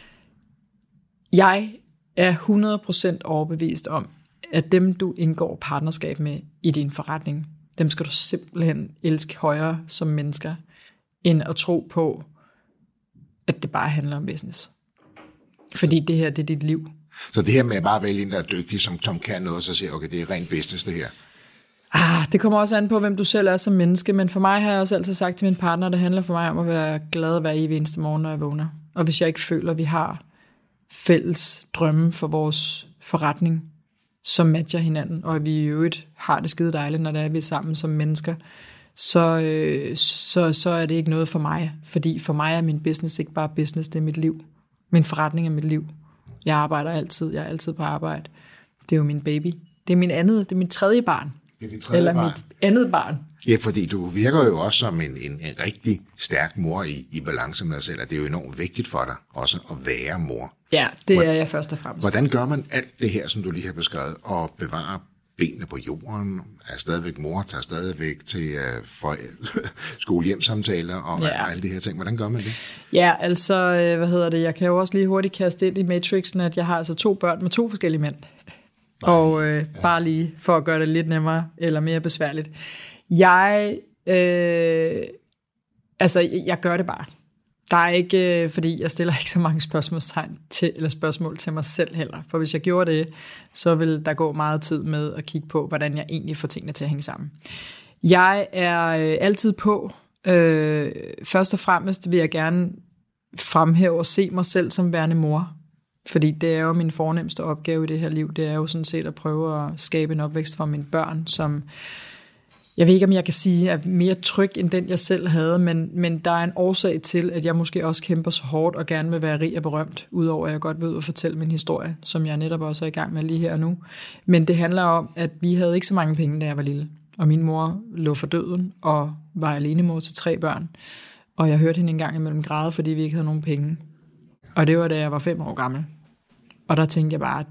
Speaker 2: Jeg er 100% overbevist om, at dem, du indgår partnerskab med i din forretning, dem skal du simpelthen elske højere som mennesker, end at tro på, at det bare handler om business. Fordi det her, det er dit liv.
Speaker 1: Så det her med at bare vælge en, der er dygtig, som kan noget, så siger okay, det er rent business, det her.
Speaker 2: Det kommer også an på, hvem du selv er som menneske, men for mig har jeg også altid sagt til min partner, det handler for mig om at være glad hver evig eneste morgen, når jeg vågner. Og hvis jeg ikke føler, at vi har fælles drømme for vores forretning, som matcher hinanden, og at vi i øvrigt har det skide dejligt, når det er, vi er sammen som mennesker, så er det ikke noget for mig. Fordi for mig er min business ikke bare business, det er mit liv. Min forretning er mit liv. Jeg arbejder altid, jeg er altid på arbejde. Det er jo min baby. Det er min tredje barn. Eller mit andet barn.
Speaker 1: Ja, fordi du virker jo også som en rigtig stærk mor i balance med dig selv, og det er jo enormt vigtigt for dig også at være mor.
Speaker 2: Ja, det er jeg først og fremmest.
Speaker 1: Hvordan gør man alt det her, som du lige har beskrevet, og bevare benene på jorden, er stadigvæk mor, tager stadigvæk til skole-hjem-samtaler og alle de her ting. Hvordan gør man det?
Speaker 2: Ja, altså, jeg kan jo også lige hurtigt kaste ind i Matrixen, at jeg har altså 2 børn med 2 forskellige mænd. Og bare lige for at gøre det lidt nemmere eller mere besværligt. Jeg gør det bare. Der er ikke, fordi jeg stiller ikke så mange spørgsmål til mig selv heller. For hvis jeg gjorde det, så vil der gå meget tid med at kigge på, hvordan jeg egentlig får tingene til at hænge sammen. Jeg er altid på. Først og fremmest vil jeg gerne fremhæve og se mig selv som værende mor. Fordi det er jo min fornemste opgave i det her liv. Det er jo sådan set at prøve at skabe en opvækst for mine børn, som jeg ved ikke, om jeg kan sige, er mere tryg end den, jeg selv havde, men der er en årsag til, at jeg måske også kæmper så hårdt og gerne vil være rig og berømt, udover at jeg godt vil ud og fortælle min historie, som jeg netop også er i gang med lige her og nu. Men det handler om, at vi havde ikke så mange penge, da jeg var lille. Og min mor lå for døden og var alenemor til 3 børn. Og jeg hørte hende en gang imellem græde, fordi vi ikke havde nogen penge. Og det var, da jeg var 5 år gammel. Og der tænkte jeg bare,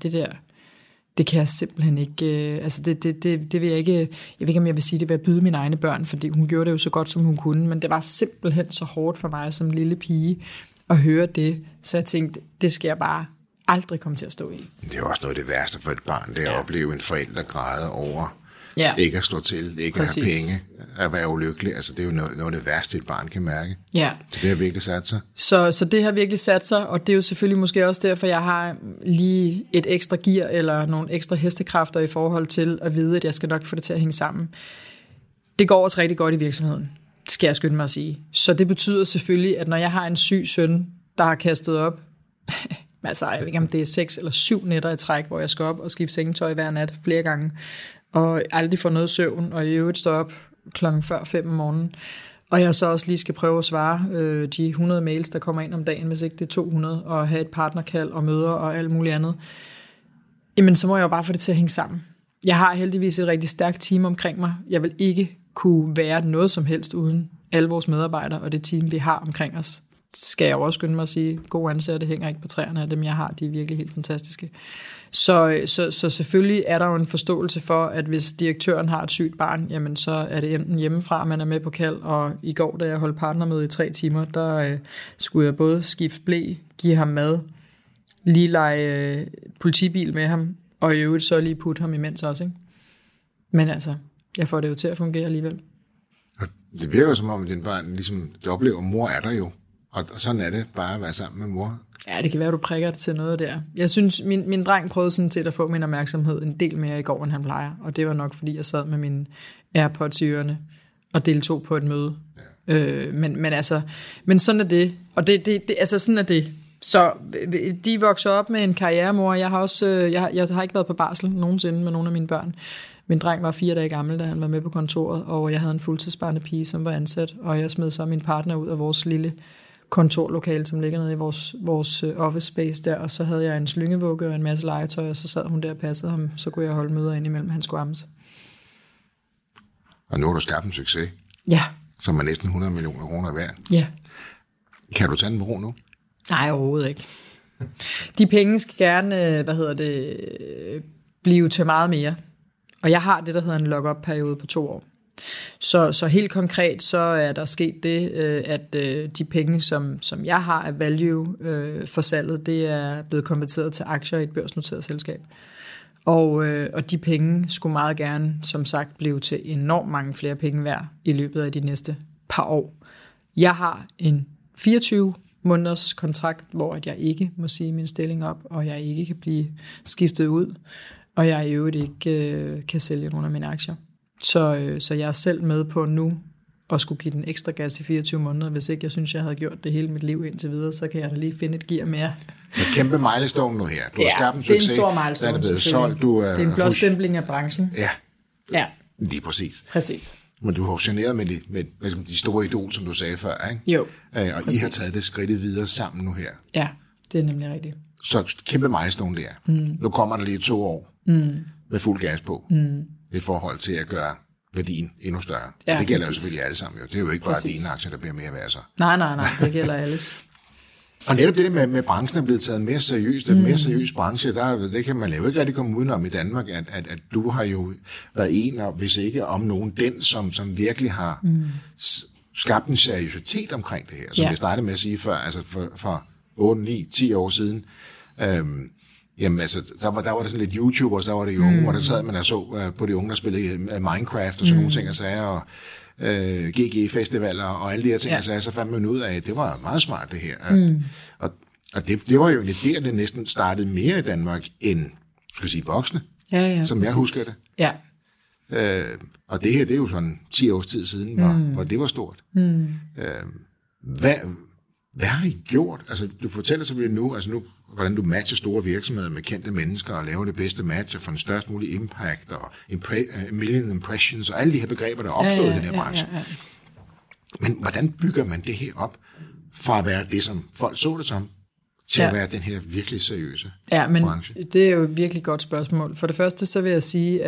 Speaker 2: det kan jeg simpelthen ikke, det vil jeg ikke, jeg ved ikke, om jeg vil sige det ved at byde mine egne børn, fordi hun gjorde det jo så godt, som hun kunne, men det var simpelthen så hårdt for mig som lille pige at høre det, så jeg tænkte, det skal jeg bare aldrig komme til at stå i. Det
Speaker 1: er jo også noget af det værste for et barn, det er at opleve en forælder græde over ikke at stå til, ikke at have penge, at være ulykkelig. Altså det er jo noget af det værste, et barn kan mærke. Ja. Så det har virkelig sat sig.
Speaker 2: Så det har virkelig sat sig, og det er jo selvfølgelig måske også derfor, jeg har lige et ekstra gear eller nogle ekstra hestekræfter i forhold til at vide, at jeg skal nok få det til at hænge sammen. Det går også rigtig godt i virksomheden, skal jeg skynde mig at sige. Så det betyder selvfølgelig, at når jeg har en syg søn, der har kastet op, altså jeg ved ikke, om det er 6 eller 7 nætter i træk, hvor jeg skal op og skifte sengetøj hver nat flere gange, og aldrig får noget søvn, og i øvrigt står op klokken før 5 om morgenen. Og jeg så også lige skal prøve at svare de 100 mails, der kommer ind om dagen, hvis ikke det er 200, og have et partnerkald og møder og alt muligt andet. Jamen, så må jeg jo bare få det til at hænge sammen. Jeg har heldigvis et rigtig stærkt team omkring mig. Jeg vil ikke kunne være noget som helst uden alle vores medarbejdere, og det team, vi har omkring os. Skal jeg også skynde mig at sige, gode ansatte hænger ikke på træerne af dem, jeg har. De er virkelig helt fantastiske. Så selvfølgelig er der jo en forståelse for, at hvis direktøren har et sygt barn, jamen så er det enten hjemmefra, man er med på kald, og i går, da jeg holdt partnermøde i 3 timer, der skulle jeg både skifte ble, give ham mad, lige lege politibil med ham, og i øvrigt så lige putte ham imens også, ikke? Men altså, jeg får det jo til at fungere alligevel.
Speaker 1: Og det virker jo som om, at din barn ligesom, du oplever, at mor er der jo, og sådan er det bare at være sammen med mor.
Speaker 2: Ja, det kan være, at du prikker det til noget der. Jeg synes, min dreng prøvede sådan set at få min opmærksomhed en del mere i går, end han plejer. Og det var nok, fordi jeg sad med mine AirPods i ørerne og deltog på et møde. Ja. Men sådan er det. Og altså sådan er det. Så de vokser op med en karrieremor. Jeg har også, jeg har ikke været på barsel nogensinde med nogle af mine børn. Min dreng var 4 dage gammel, da han var med på kontoret, og jeg havde en fuldtidsbarende pige, som var ansat, og jeg smed så min partner ud af vores lille kontorlokale, som ligger nede i vores office space der, og så havde jeg en slyngevugge og en masse legetøj, og så sad hun der og passede ham, så kunne jeg holde møder ind imellem, han skulle ammes.
Speaker 1: Og nu har du skabt en succes,
Speaker 2: ja,
Speaker 1: som er næsten 100 millioner kroner værd.
Speaker 2: Ja.
Speaker 1: Kan du tage den med ro nu? Nej,
Speaker 2: overhovedet ikke. De penge skal gerne, blive til meget mere. Og jeg har det, der hedder en lock-up-periode på 2 år. Så helt konkret, så er der sket det, at de penge, som jeg har af value for salget, det er blevet konverteret til aktier i et børsnoteret selskab. Og de penge skulle meget gerne, som sagt, blive til enormt mange flere penge værd i løbet af de næste par år. Jeg har en 24 måneders kontrakt, hvor jeg ikke må sige min stilling op, og jeg ikke kan blive skiftet ud, og jeg i øvrigt ikke kan sælge nogle af mine aktier. Så jeg er selv med på nu at skulle give den ekstra gas i 24 måneder. Hvis ikke jeg synes, jeg havde gjort det hele mit liv indtil videre, så kan jeg da lige finde et gear mere.
Speaker 1: Så kæmpe milestone nu her. Du har skabt en succes.
Speaker 2: Det er en stor milestone.
Speaker 1: Det er solgt. Det er
Speaker 2: en blåstempling af branchen.
Speaker 1: Ja. Lige præcis.
Speaker 2: Præcis.
Speaker 1: Men du har generet med de store idol, som du sagde før, ikke?
Speaker 2: Jo,
Speaker 1: og præcis. I har taget det skridt videre sammen nu her.
Speaker 2: Ja, det er nemlig rigtigt.
Speaker 1: Så kæmpe milestone der. Nu kommer der lige 2 år med fuld gas på. I forhold til at gøre værdien endnu større. Ja, det gælder jo selvfølgelig alle sammen. Jo. Det er jo ikke bare dine aktier, der bliver mere værd så.
Speaker 2: Nej, det gælder alles.
Speaker 1: Og netop det der med branchen er blevet taget mere seriøst. Det er en mere seriøs branche. Det kan man jo ikke rigtig komme udenom i Danmark, at du har jo været en, og hvis ikke om nogen, den, som virkelig har skabt en seriøsitet omkring det her. Som jeg startede med at sige før, altså for 8, 9, 10 år siden. Jamen altså, der var der sådan lidt YouTube, og så var det jo unge, og der sad man og så på de unge, der spillede Minecraft og sådan nogle ting og sager, og GG-festivaler og alle de her ting og sager, så fandt man ud af, at det var meget smart det her. Og det var jo der, det næsten startede mere i Danmark end, skal jeg sige, voksne, som præcis. Jeg husker det.
Speaker 2: Ja.
Speaker 1: Og det her, det er jo sådan 10 års tid siden, hvor det var stort. Hvad har I gjort? Altså, du fortæller selvfølgelig nu, hvordan du matcher store virksomheder med kendte mennesker og laver det bedste match og får den størst mulige impact og million impressions og alle de her begreber, der er opstået i den her branche. Ja. Men hvordan bygger man det her op fra at være det, som folk så det som, til at være den her virkelig seriøse branche?
Speaker 2: Det er jo et virkelig godt spørgsmål. For det første, så vil jeg sige,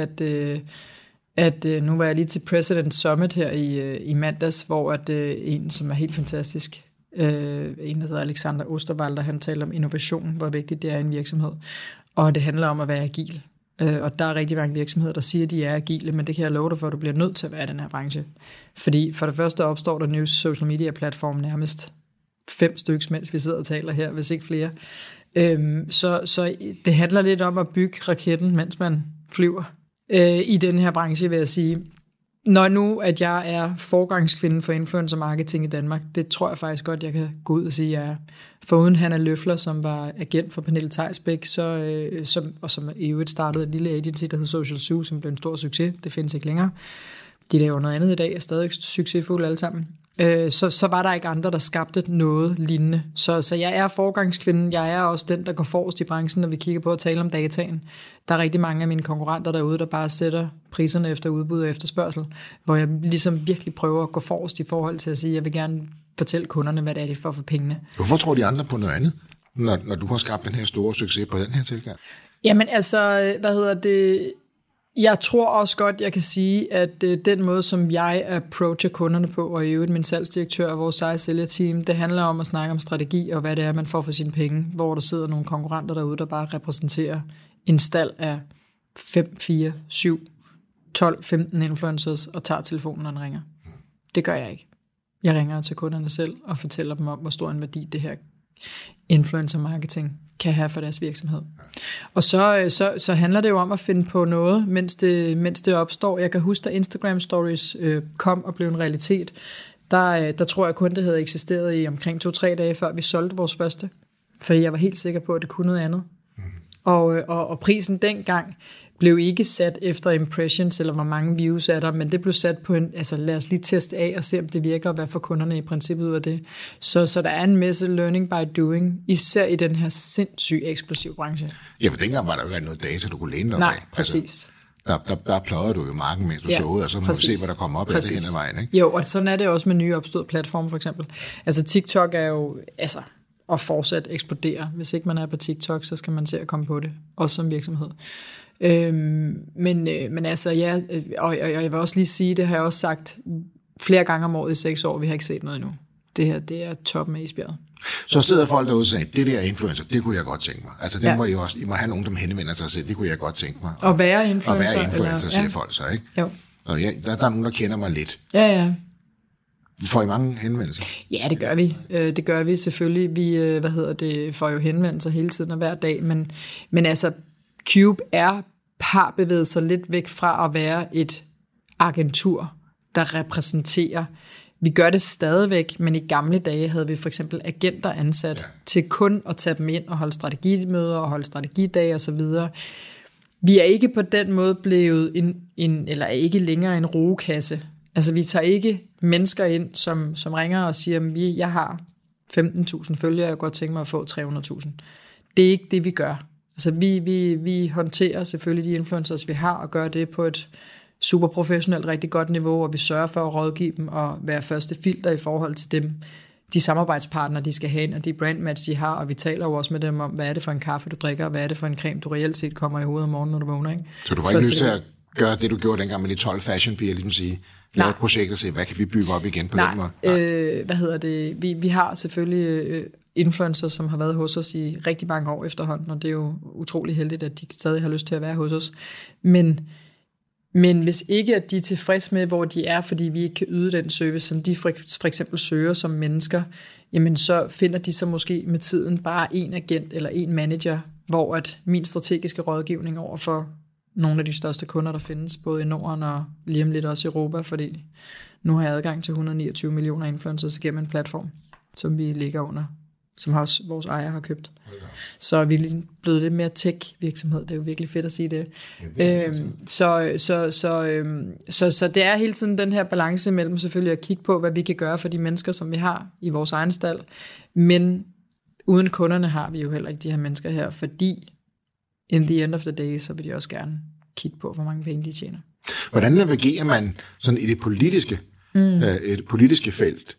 Speaker 2: at nu var jeg lige til President Summit her i mandags, hvor en, som er helt fantastisk, en, der hedder Alexander Osterwalder, han taler om innovation, hvor vigtigt det er i en virksomhed. Og det handler om at være agil. Og der er rigtig mange virksomheder, der siger, at de er agile, men det kan jeg love dig for, at du bliver nødt til at være i den her branche. Fordi for det første opstår der nye social media platform nærmest 5 stykker, mens vi sidder og taler her, hvis ikke flere. Så det handler lidt om at bygge raketten, mens man flyver. I den her branche, vil jeg sige, når nu, at jeg er forgangskvinde for influencer marketing i Danmark, det tror jeg faktisk godt, jeg kan gå ud og sige, at jeg er. Foruden Hanna Løfler, som var agent for Pernille Theisbæk, som i øvrigt startede en lille agency, der hed Social Zoo, som blev en stor succes. Det findes ikke længere. De laver noget andet i dag, er stadig succesfulde alle sammen. Så var der ikke andre, der skabte noget lignende. Så jeg er forgangskvinden. Jeg er også den, der går forrest i branchen, når vi kigger på at tale om dataen. Der er rigtig mange af mine konkurrenter derude, der bare sætter priserne efter udbud og efterspørgsel, hvor jeg ligesom virkelig prøver at gå forrest i forhold til at sige, at jeg vil gerne fortælle kunderne, hvad det er, de får for pengene.
Speaker 1: Hvorfor tror de andre på noget andet, når du har skabt den her store succes på den her tilgang?
Speaker 2: Jamen altså, jeg tror også godt, jeg kan sige, at den måde, som jeg approacher kunderne på, og i øvrigt min salgsdirektør og vores sælgerteam, det handler om at snakke om strategi og hvad det er, man får for sine penge, hvor der sidder nogle konkurrenter derude, der bare repræsenterer en stald af 5, 4, 7, 12, 15 influencers og tager telefonen, når den ringer. Det gør jeg ikke. Jeg ringer til kunderne selv og fortæller dem om, hvor stor en værdi det her influencer marketing kan have for deres virksomhed. Og så handler det jo om at finde på noget, mens det opstår. Jeg kan huske, da Instagram Stories kom og blev en realitet, der tror jeg kun, det havde eksisteret i omkring 2-3 dage, før vi solgte vores første. Fordi jeg var helt sikker på, at det kunne noget andet. Og prisen dengang blev ikke sat efter impressions, eller hvor mange views er der, men det blev sat på lad os lige teste af og se, om det virker, og hvad for kunderne i princippet ud af det. Så der er en masse learning by doing, især i den her sindssygt eksplosive branche.
Speaker 1: Ja, for dengang var der jo ikke noget data, du kunne læne dig
Speaker 2: Nej, præcis.
Speaker 1: Der pløjede du jo marken, mens du såede, og så må du se, hvad der kommer op af det hen ad vejen, ikke?
Speaker 2: Jo, og sådan er det også med nye opståede platforme, for eksempel. Altså TikTok er jo, og fortsat eksplodere. Hvis ikke man er på TikTok, så skal man se at komme på det, også som virksomhed. Men og jeg vil også lige sige, det har jeg også sagt flere gange om året i 6 år, vi har ikke set noget endnu. Det her, det er toppen af isbjerget.
Speaker 1: Så sidder folk derude og siger, det der influencer, det kunne jeg godt tænke mig. Altså det må I også, I må have nogen, der henvender sig og siger, det kunne jeg godt tænke mig.
Speaker 2: Og være influencer.
Speaker 1: Og være influencer, siger folk så, ikke?
Speaker 2: Jo.
Speaker 1: Og der er nogen, der kender mig lidt.
Speaker 2: Ja.
Speaker 1: Får I mange henvendelser?
Speaker 2: Ja, det gør vi. Det gør vi selvfølgelig. Vi får jo henvendelser hele tiden og hver dag, men altså Cube har bevæget sig lidt væk fra at være et agentur, der repræsenterer. Vi gør det stadigvæk, men i gamle dage havde vi for eksempel agenter ansat til kun at tage dem ind og holde strategimøder og holde strategidage osv. Vi er ikke på den måde blevet eller ikke længere en rugekasse. Altså vi tager ikke mennesker ind, som ringer og siger, jeg har 15.000 følgere, jeg kunne godt tænke mig at få 300.000. Det er ikke det, vi gør. Altså vi håndterer selvfølgelig de influencers, vi har, og gør det på et super professionelt, rigtig godt niveau, og vi sørger for at rådgive dem og være første filter i forhold til dem, de samarbejdspartnere, de skal have, og de brandmatch, de har, og vi taler jo også med dem om, hvad er det for en kaffe, du drikker, og hvad er det for en creme, du reelt set kommer i hovedet om morgenen, når du vågner, ikke?
Speaker 1: Så du får ikke lyst til at gøre det, du gjorde dengang med de 12 fashion-piger, ligesom sige, lave et projekt og se, hvad kan vi bygge op igen på den måde?
Speaker 2: Nej, vi har selvfølgelig influencers, som har været hos os i rigtig mange år efterhånden, og det er jo utrolig heldigt, at de stadig har lyst til at være hos os. Men hvis ikke at de er tilfredse med, hvor de er, fordi vi ikke kan yde den service, som de for eksempel søger som mennesker, jamen så finder de så måske med tiden bare en agent eller en manager, hvor at min strategiske rådgivning over for nogle af de største kunder, der findes, både i Norden og lige om lidt også i Europa, fordi nu har jeg adgang til 129 millioner influencers gennem en platform, som vi ligger under, som også vores ejer har købt. Så er vi blevet lidt mere tech-virksomhed. Det er jo virkelig fedt at sige det. Så det er hele tiden den her balance mellem selvfølgelig at kigge på, hvad vi kan gøre for de mennesker, som vi har i vores egen stald. Men uden kunderne har vi jo heller ikke de her mennesker her, fordi in the end of the day, så vil de også gerne kigge på, hvor mange penge de tjener.
Speaker 1: Hvordan navigerer man sådan i det politiske felt?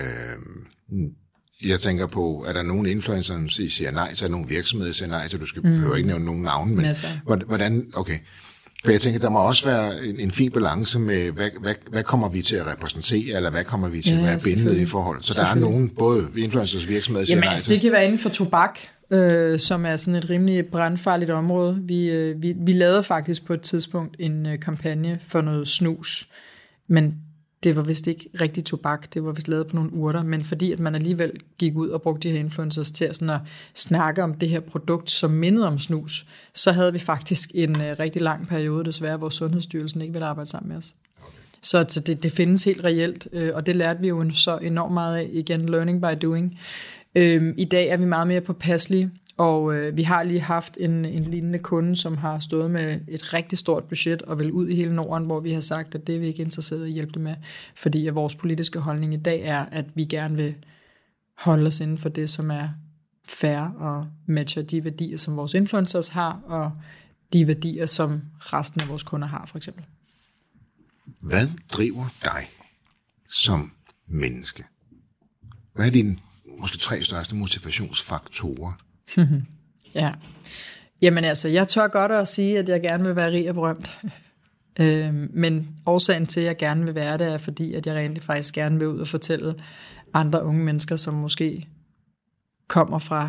Speaker 1: Jeg tænker på, er der nogen influencer, som siger nej til, nogle virksomheder siger nej til, du behøver ikke nævne nogen navne, men hvordan, okay. For jeg tænker, der må også være en fin balance med, hvad kommer vi til at repræsentere, eller hvad kommer vi til at være bindet i forhold. Så der er nogen, både influencers virksomheder siger nej til.
Speaker 2: Det kan være inden for tobak, som er sådan et rimelig brandfarligt område. Vi lavede faktisk på et tidspunkt en kampagne for noget snus, men det var vist ikke rigtig tobak, det var vist lavet på nogle urter, men fordi at man alligevel gik ud og brugte de her influencers til at snakke om det her produkt, som mindede om snus, så havde vi faktisk en rigtig lang periode, desværre, hvor Sundhedsstyrelsen ikke ville arbejde sammen med os. Okay. Så det findes helt reelt, og det lærte vi jo så enormt meget af, igen, learning by doing. I dag er vi meget mere påpasselige, og vi har lige haft en lignende kunde, som har stået med et rigtig stort budget og vil ud i hele Norden, hvor vi har sagt, at det er vi ikke interesseret i at hjælpe dem med, fordi at vores politiske holdning i dag er, at vi gerne vil holde os inden for det, som er fair og matcher de værdier, som vores influencers har, og de værdier, som resten af vores kunder har, for eksempel.
Speaker 1: Hvad driver dig som menneske? Hvad er dine måske 3 største motivationsfaktorer?
Speaker 2: Ja, jamen altså, jeg tør godt at sige, at jeg gerne vil være rig og berømt. Men årsagen til, at jeg gerne vil være det, er fordi, at jeg rent faktisk gerne vil ud og fortælle andre unge mennesker, som måske kommer fra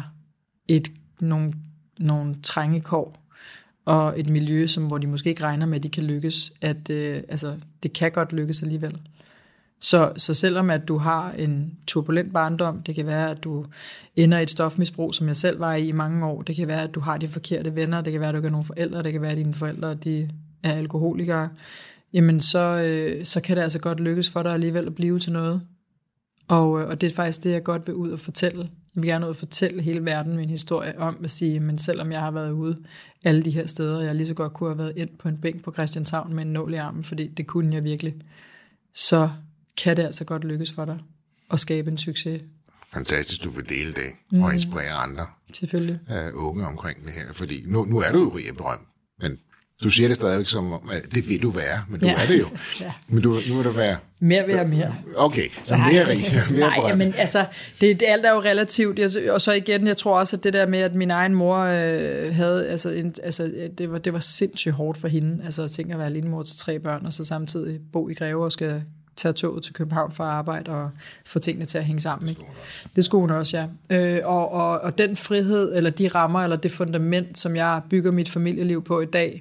Speaker 2: nogle trængekår og et miljø, hvor de måske ikke regner med, at de kan lykkes, at det kan godt lykkes alligevel. Så selvom at du har en turbulent barndom, det kan være, at du ender i et stofmisbrug, som jeg selv var i mange år, det kan være, at du har de forkerte venner, det kan være, at du ikke har nogle forældre, det kan være, at dine forældre de er alkoholikere, jamen så kan det altså godt lykkes for dig alligevel at blive til noget. Og det er faktisk det, jeg godt vil ud og fortælle Jeg vil gerne ud og fortælle hele verden min historie om at sige, men selvom jeg har været ude alle de her steder, jeg lige så godt kunne have været ind på en bænk på Christianshavn med en nål i armen, fordi det kunne jeg virkelig, så kan det altså godt lykkes for dig at skabe en succes.
Speaker 1: Fantastisk, du vil dele det og inspirere andre
Speaker 2: Selvfølgelig.
Speaker 1: Unge omkring det her, fordi nu er du jo rig og berømt, men du siger det stadigvæk som om, at det vil du være, men du er det jo. Ja. Men nu vil du være...
Speaker 2: Mere vil jeg mere.
Speaker 1: Okay, så mere rig, mere berømt.
Speaker 2: Nej, men altså, det alt er jo relativt. Og så igen, jeg tror også, at det der med, at min egen mor havde, det var sindssygt hårdt for hende. Altså, jeg tænker at være alene mor til 3 børn, og så samtidig bo i Greve og skal tage toget til København for at arbejde og få tingene til at hænge sammen. Ikke? Det skulle hun også, ja. Og den frihed, eller de rammer, eller det fundament, som jeg bygger mit familieliv på i dag,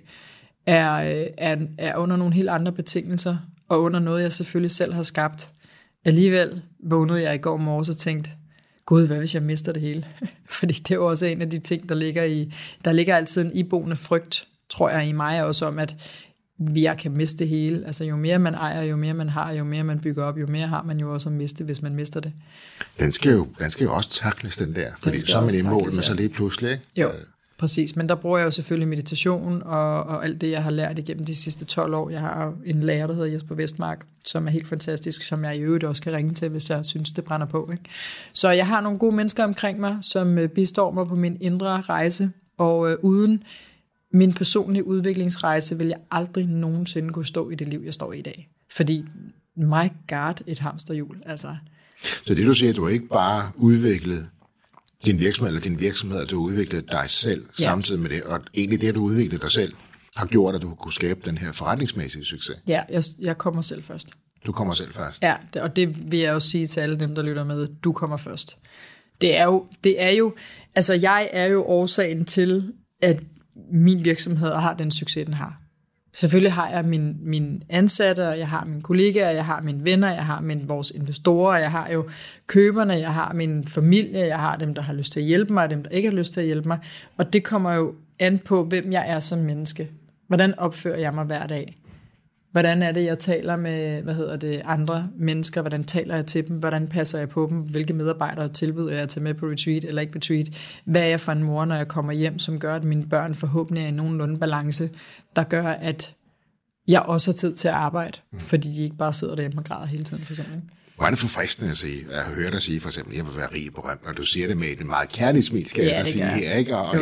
Speaker 2: er under nogle helt andre betingelser, og under noget, jeg selvfølgelig selv har skabt. Alligevel vågnede jeg i går morges og tænkte, gud, hvad hvis jeg mister det hele? Fordi det er jo også en af de ting, der ligger altid en iboende frygt, tror jeg, i mig også om, at jeg kan miste det hele. Altså jo mere man ejer, jo mere man har, jo mere man bygger op, jo mere har man jo også at miste, hvis man mister det.
Speaker 1: Den skal jo også takles, den der, fordi så er man i mål med så lige pludselig, ikke?
Speaker 2: Jo, præcis. Men der bruger jeg jo selvfølgelig meditation og alt det, jeg har lært igennem de sidste 12 år. Jeg har en lærer, der hedder Jesper Vestmark, som er helt fantastisk, som jeg i øvrigt også kan ringe til, hvis jeg synes, det brænder på. Ikke? Så jeg har nogle gode mennesker omkring mig, som bistår mig på min indre rejse, og uden min personlige udviklingsrejse vil jeg aldrig nogensinde kunne stå i det liv, jeg står i dag. Fordi, my god, et hamsterhjul. Altså.
Speaker 1: Så det du siger, du har ikke bare udviklet din virksomhed, eller din virksomhed, du har udviklet dig selv samtidig med det, og egentlig det, du har udviklet dig selv, har gjort, at du kunne skabe den her forretningsmæssige succes.
Speaker 2: Ja, jeg kommer selv først.
Speaker 1: Du kommer selv først.
Speaker 2: Ja, og det vil jeg også sige til alle dem, der lytter med, du kommer først. Det er jo, altså jeg er jo årsagen til, at min virksomhed har den succes, den har. Selvfølgelig har jeg mine ansatte, jeg har mine kollegaer, jeg har mine venner, jeg har vores investorer, jeg har jo køberne, jeg har min familie, jeg har dem, der har lyst til at hjælpe mig, og dem, der ikke har lyst til at hjælpe mig. Og det kommer jo an på, hvem jeg er som menneske. Hvordan opfører jeg mig hver dag? Hvordan er det, jeg taler med andre mennesker? Hvordan taler jeg til dem? Hvordan passer jeg på dem? Hvilke medarbejdere tilbyder jeg til med på retreat eller ikke retreat? Hvad er jeg for en mor, når jeg kommer hjem, som gør, at mine børn forhåbentlig er i nogenlunde balance, der gør, at jeg også har tid til at arbejde, fordi de ikke bare sidder derhjemme og græder hele tiden, for eksempel.
Speaker 1: Hvor er det forfriskende at høre dig sige, for eksempel, at jeg vil være rig og berømt, og du siger det med et meget kærligt smil, skal jeg så sige her, ikke? Og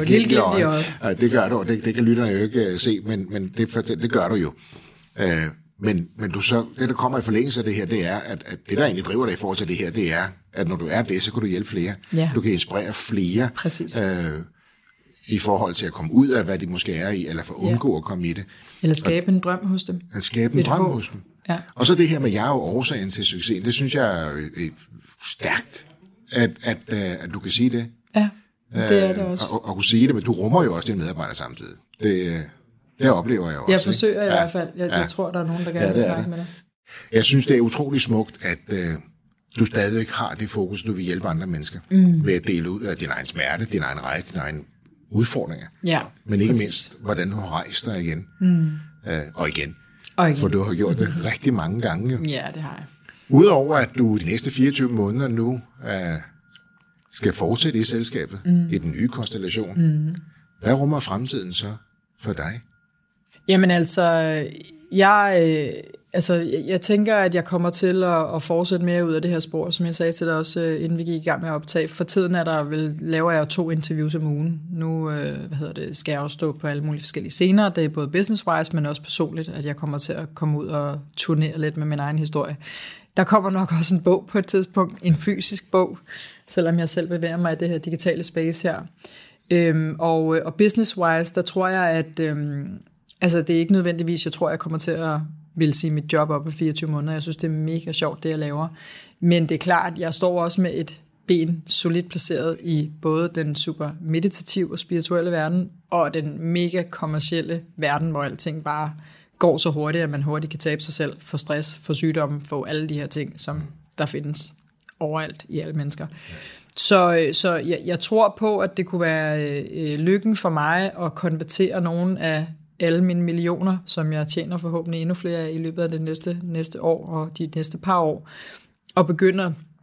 Speaker 1: det gør du, og det kan lytterne jo ikke se, men det gør du jo. Men du så, det der kommer i forlængelse af det her, det er, at det der egentlig driver dig i forhold til det her, det er, at når du er det, så kan du hjælpe flere. Ja. Du kan inspirere flere.
Speaker 2: Præcis.
Speaker 1: I forhold til at komme ud af, hvad de måske er i, eller for at undgå at komme i det.
Speaker 2: Eller skabe en drøm hos dem.
Speaker 1: Skabe en drøm hos dem. Ja. Og så det her med, jeg er jo årsagen til succesen, det synes jeg er stærkt, at du kan sige det.
Speaker 2: Ja, det er det også.
Speaker 1: Og kunne sige det, men du rummer jo også dine medarbejdere samtidig. Det oplever jeg jo også.
Speaker 2: Jeg forsøger i hvert fald. Jeg tror, der er nogen, der gerne vil snakke med dig.
Speaker 1: Jeg synes, det er utrolig smukt, at du stadigvæk har det fokus, du vil hjælpe andre mennesker ved at dele ud af din egen smerte, din egen rejse, din egen udfordringer. Ja, men ikke mindst, hvordan du har rejst dig igen. Og igen. For du har gjort det rigtig mange gange.
Speaker 2: Ja, det har jeg.
Speaker 1: Udover at du de næste 24 måneder nu skal fortsætte i selskabet, i den nye konstellation, hvad rummer fremtiden så for dig?
Speaker 2: Jamen altså, jeg tænker, at jeg kommer til at fortsætte mere ud af det her spor, som jeg sagde til dig også, inden vi gik i gang med at optage. For tiden laver jeg 2 interviews om ugen. Nu skal jeg også stå på alle mulige forskellige scener. Det er både business-wise, men også personligt, at jeg kommer til at komme ud og turnere lidt med min egen historie. Der kommer nok også en bog på et tidspunkt, en fysisk bog, selvom jeg selv bevæger mig i det her digitale space her. Og business-wise, der tror jeg, at det er ikke nødvendigvis, jeg tror, jeg kommer til at vil sige mit job op i 24 måneder. Jeg synes, det er mega sjovt, det jeg laver. Men det er klart, at jeg står også med et ben solidt placeret i både den super meditative og spirituelle verden, og den mega kommercielle verden, hvor alting bare går så hurtigt, at man hurtigt kan tabe sig selv for stress, for sygdomme, for alle de her ting, som der findes overalt i alle mennesker. Så jeg tror på, at det kunne være lykken for mig at konvertere nogle af alle mine millioner, som jeg tjener forhåbentlig endnu flere i løbet af det næste år og de næste par år, og begynde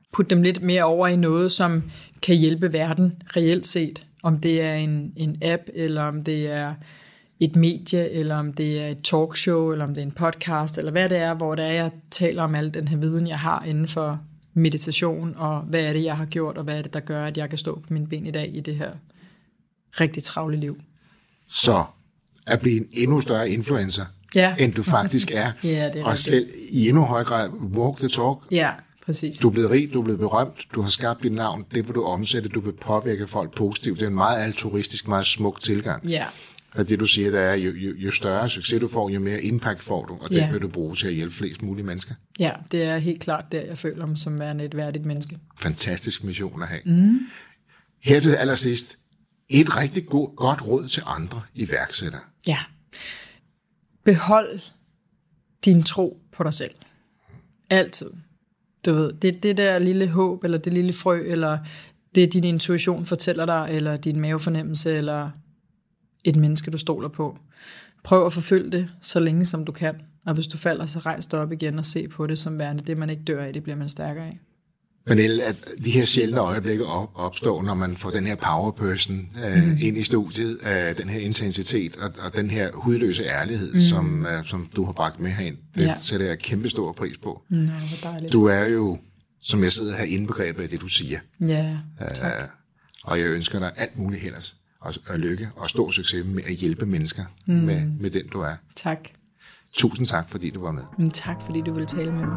Speaker 2: putte dem lidt mere over i noget, som kan hjælpe verden reelt set. Om det er en app, eller om det er et medie, eller om det er et talkshow, eller om det er en podcast, eller hvad det er, hvor det er, jeg taler om al den her viden, jeg har inden for meditation, og hvad er det, jeg har gjort, og hvad er det, der gør, at jeg kan stå på mine ben i dag i det her rigtig travle liv.
Speaker 1: Så at blive en endnu større influencer, end du faktisk er,
Speaker 2: det er
Speaker 1: og selv i endnu højere grad walk the talk.
Speaker 2: Ja, præcis.
Speaker 1: Du er blevet rig, du er blevet berømt, du har skabt dit navn, det vil du omsætte, du vil påvirke folk positivt. Det er en meget altruistisk, meget smuk tilgang.
Speaker 2: Ja.
Speaker 1: Og det du siger, der er, jo større succes du får, jo mere impact får du, og det vil du bruge til at hjælpe flest mulige mennesker.
Speaker 2: Ja, det er helt klart der, jeg føler mig som værende et værdigt menneske.
Speaker 1: Fantastisk mission at have. Her til allersidst, et rigtig godt råd til andre iværksættere.
Speaker 2: Ja. Behold din tro på dig selv. Altid. Du ved, det der lille håb, eller det lille frø, eller det din intuition fortæller dig, eller din mavefornemmelse, eller et menneske, du stoler på. Prøv at forfølge det så længe, som du kan. Og hvis du falder, så rejs dig op igen og se på det som værende. Det, man ikke dør af, det bliver man stærkere af.
Speaker 1: Pernille, at de her sjældne øjeblikke opstår, når man får den her power person ind i studiet, den her intensitet og den her hudløse ærlighed, som du har bragt med herind. Det sætter jeg kæmpe stor pris på.
Speaker 2: Hvor dejligt.
Speaker 1: Du er jo, som jeg sidder her, indbegrebet af det, du siger.
Speaker 2: Ja, tak.
Speaker 1: Og jeg ønsker dig alt muligt ellers. Og lykke og stor succes med at hjælpe mennesker med den, du er.
Speaker 2: Tak.
Speaker 1: Tusind tak, fordi du var med.
Speaker 2: Tak, fordi du ville tale med mig.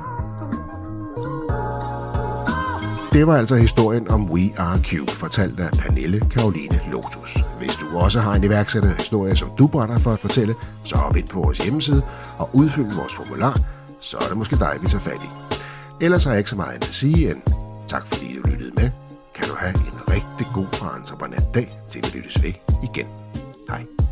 Speaker 1: Det var altså historien om We Are Cube, fortalt af Pernille Caroline Lotus. Hvis du også har en iværksætterhistorie, som du brænder for at fortælle, så hop ind på vores hjemmeside og udfyld vores formular, så er det måske dig, vi tager fat i. Ellers har jeg ikke så meget andet at sige end tak, fordi du lyttede med. Kan du have en rigtig god og entreprenant dag, til vi lyttes ved igen. Hej.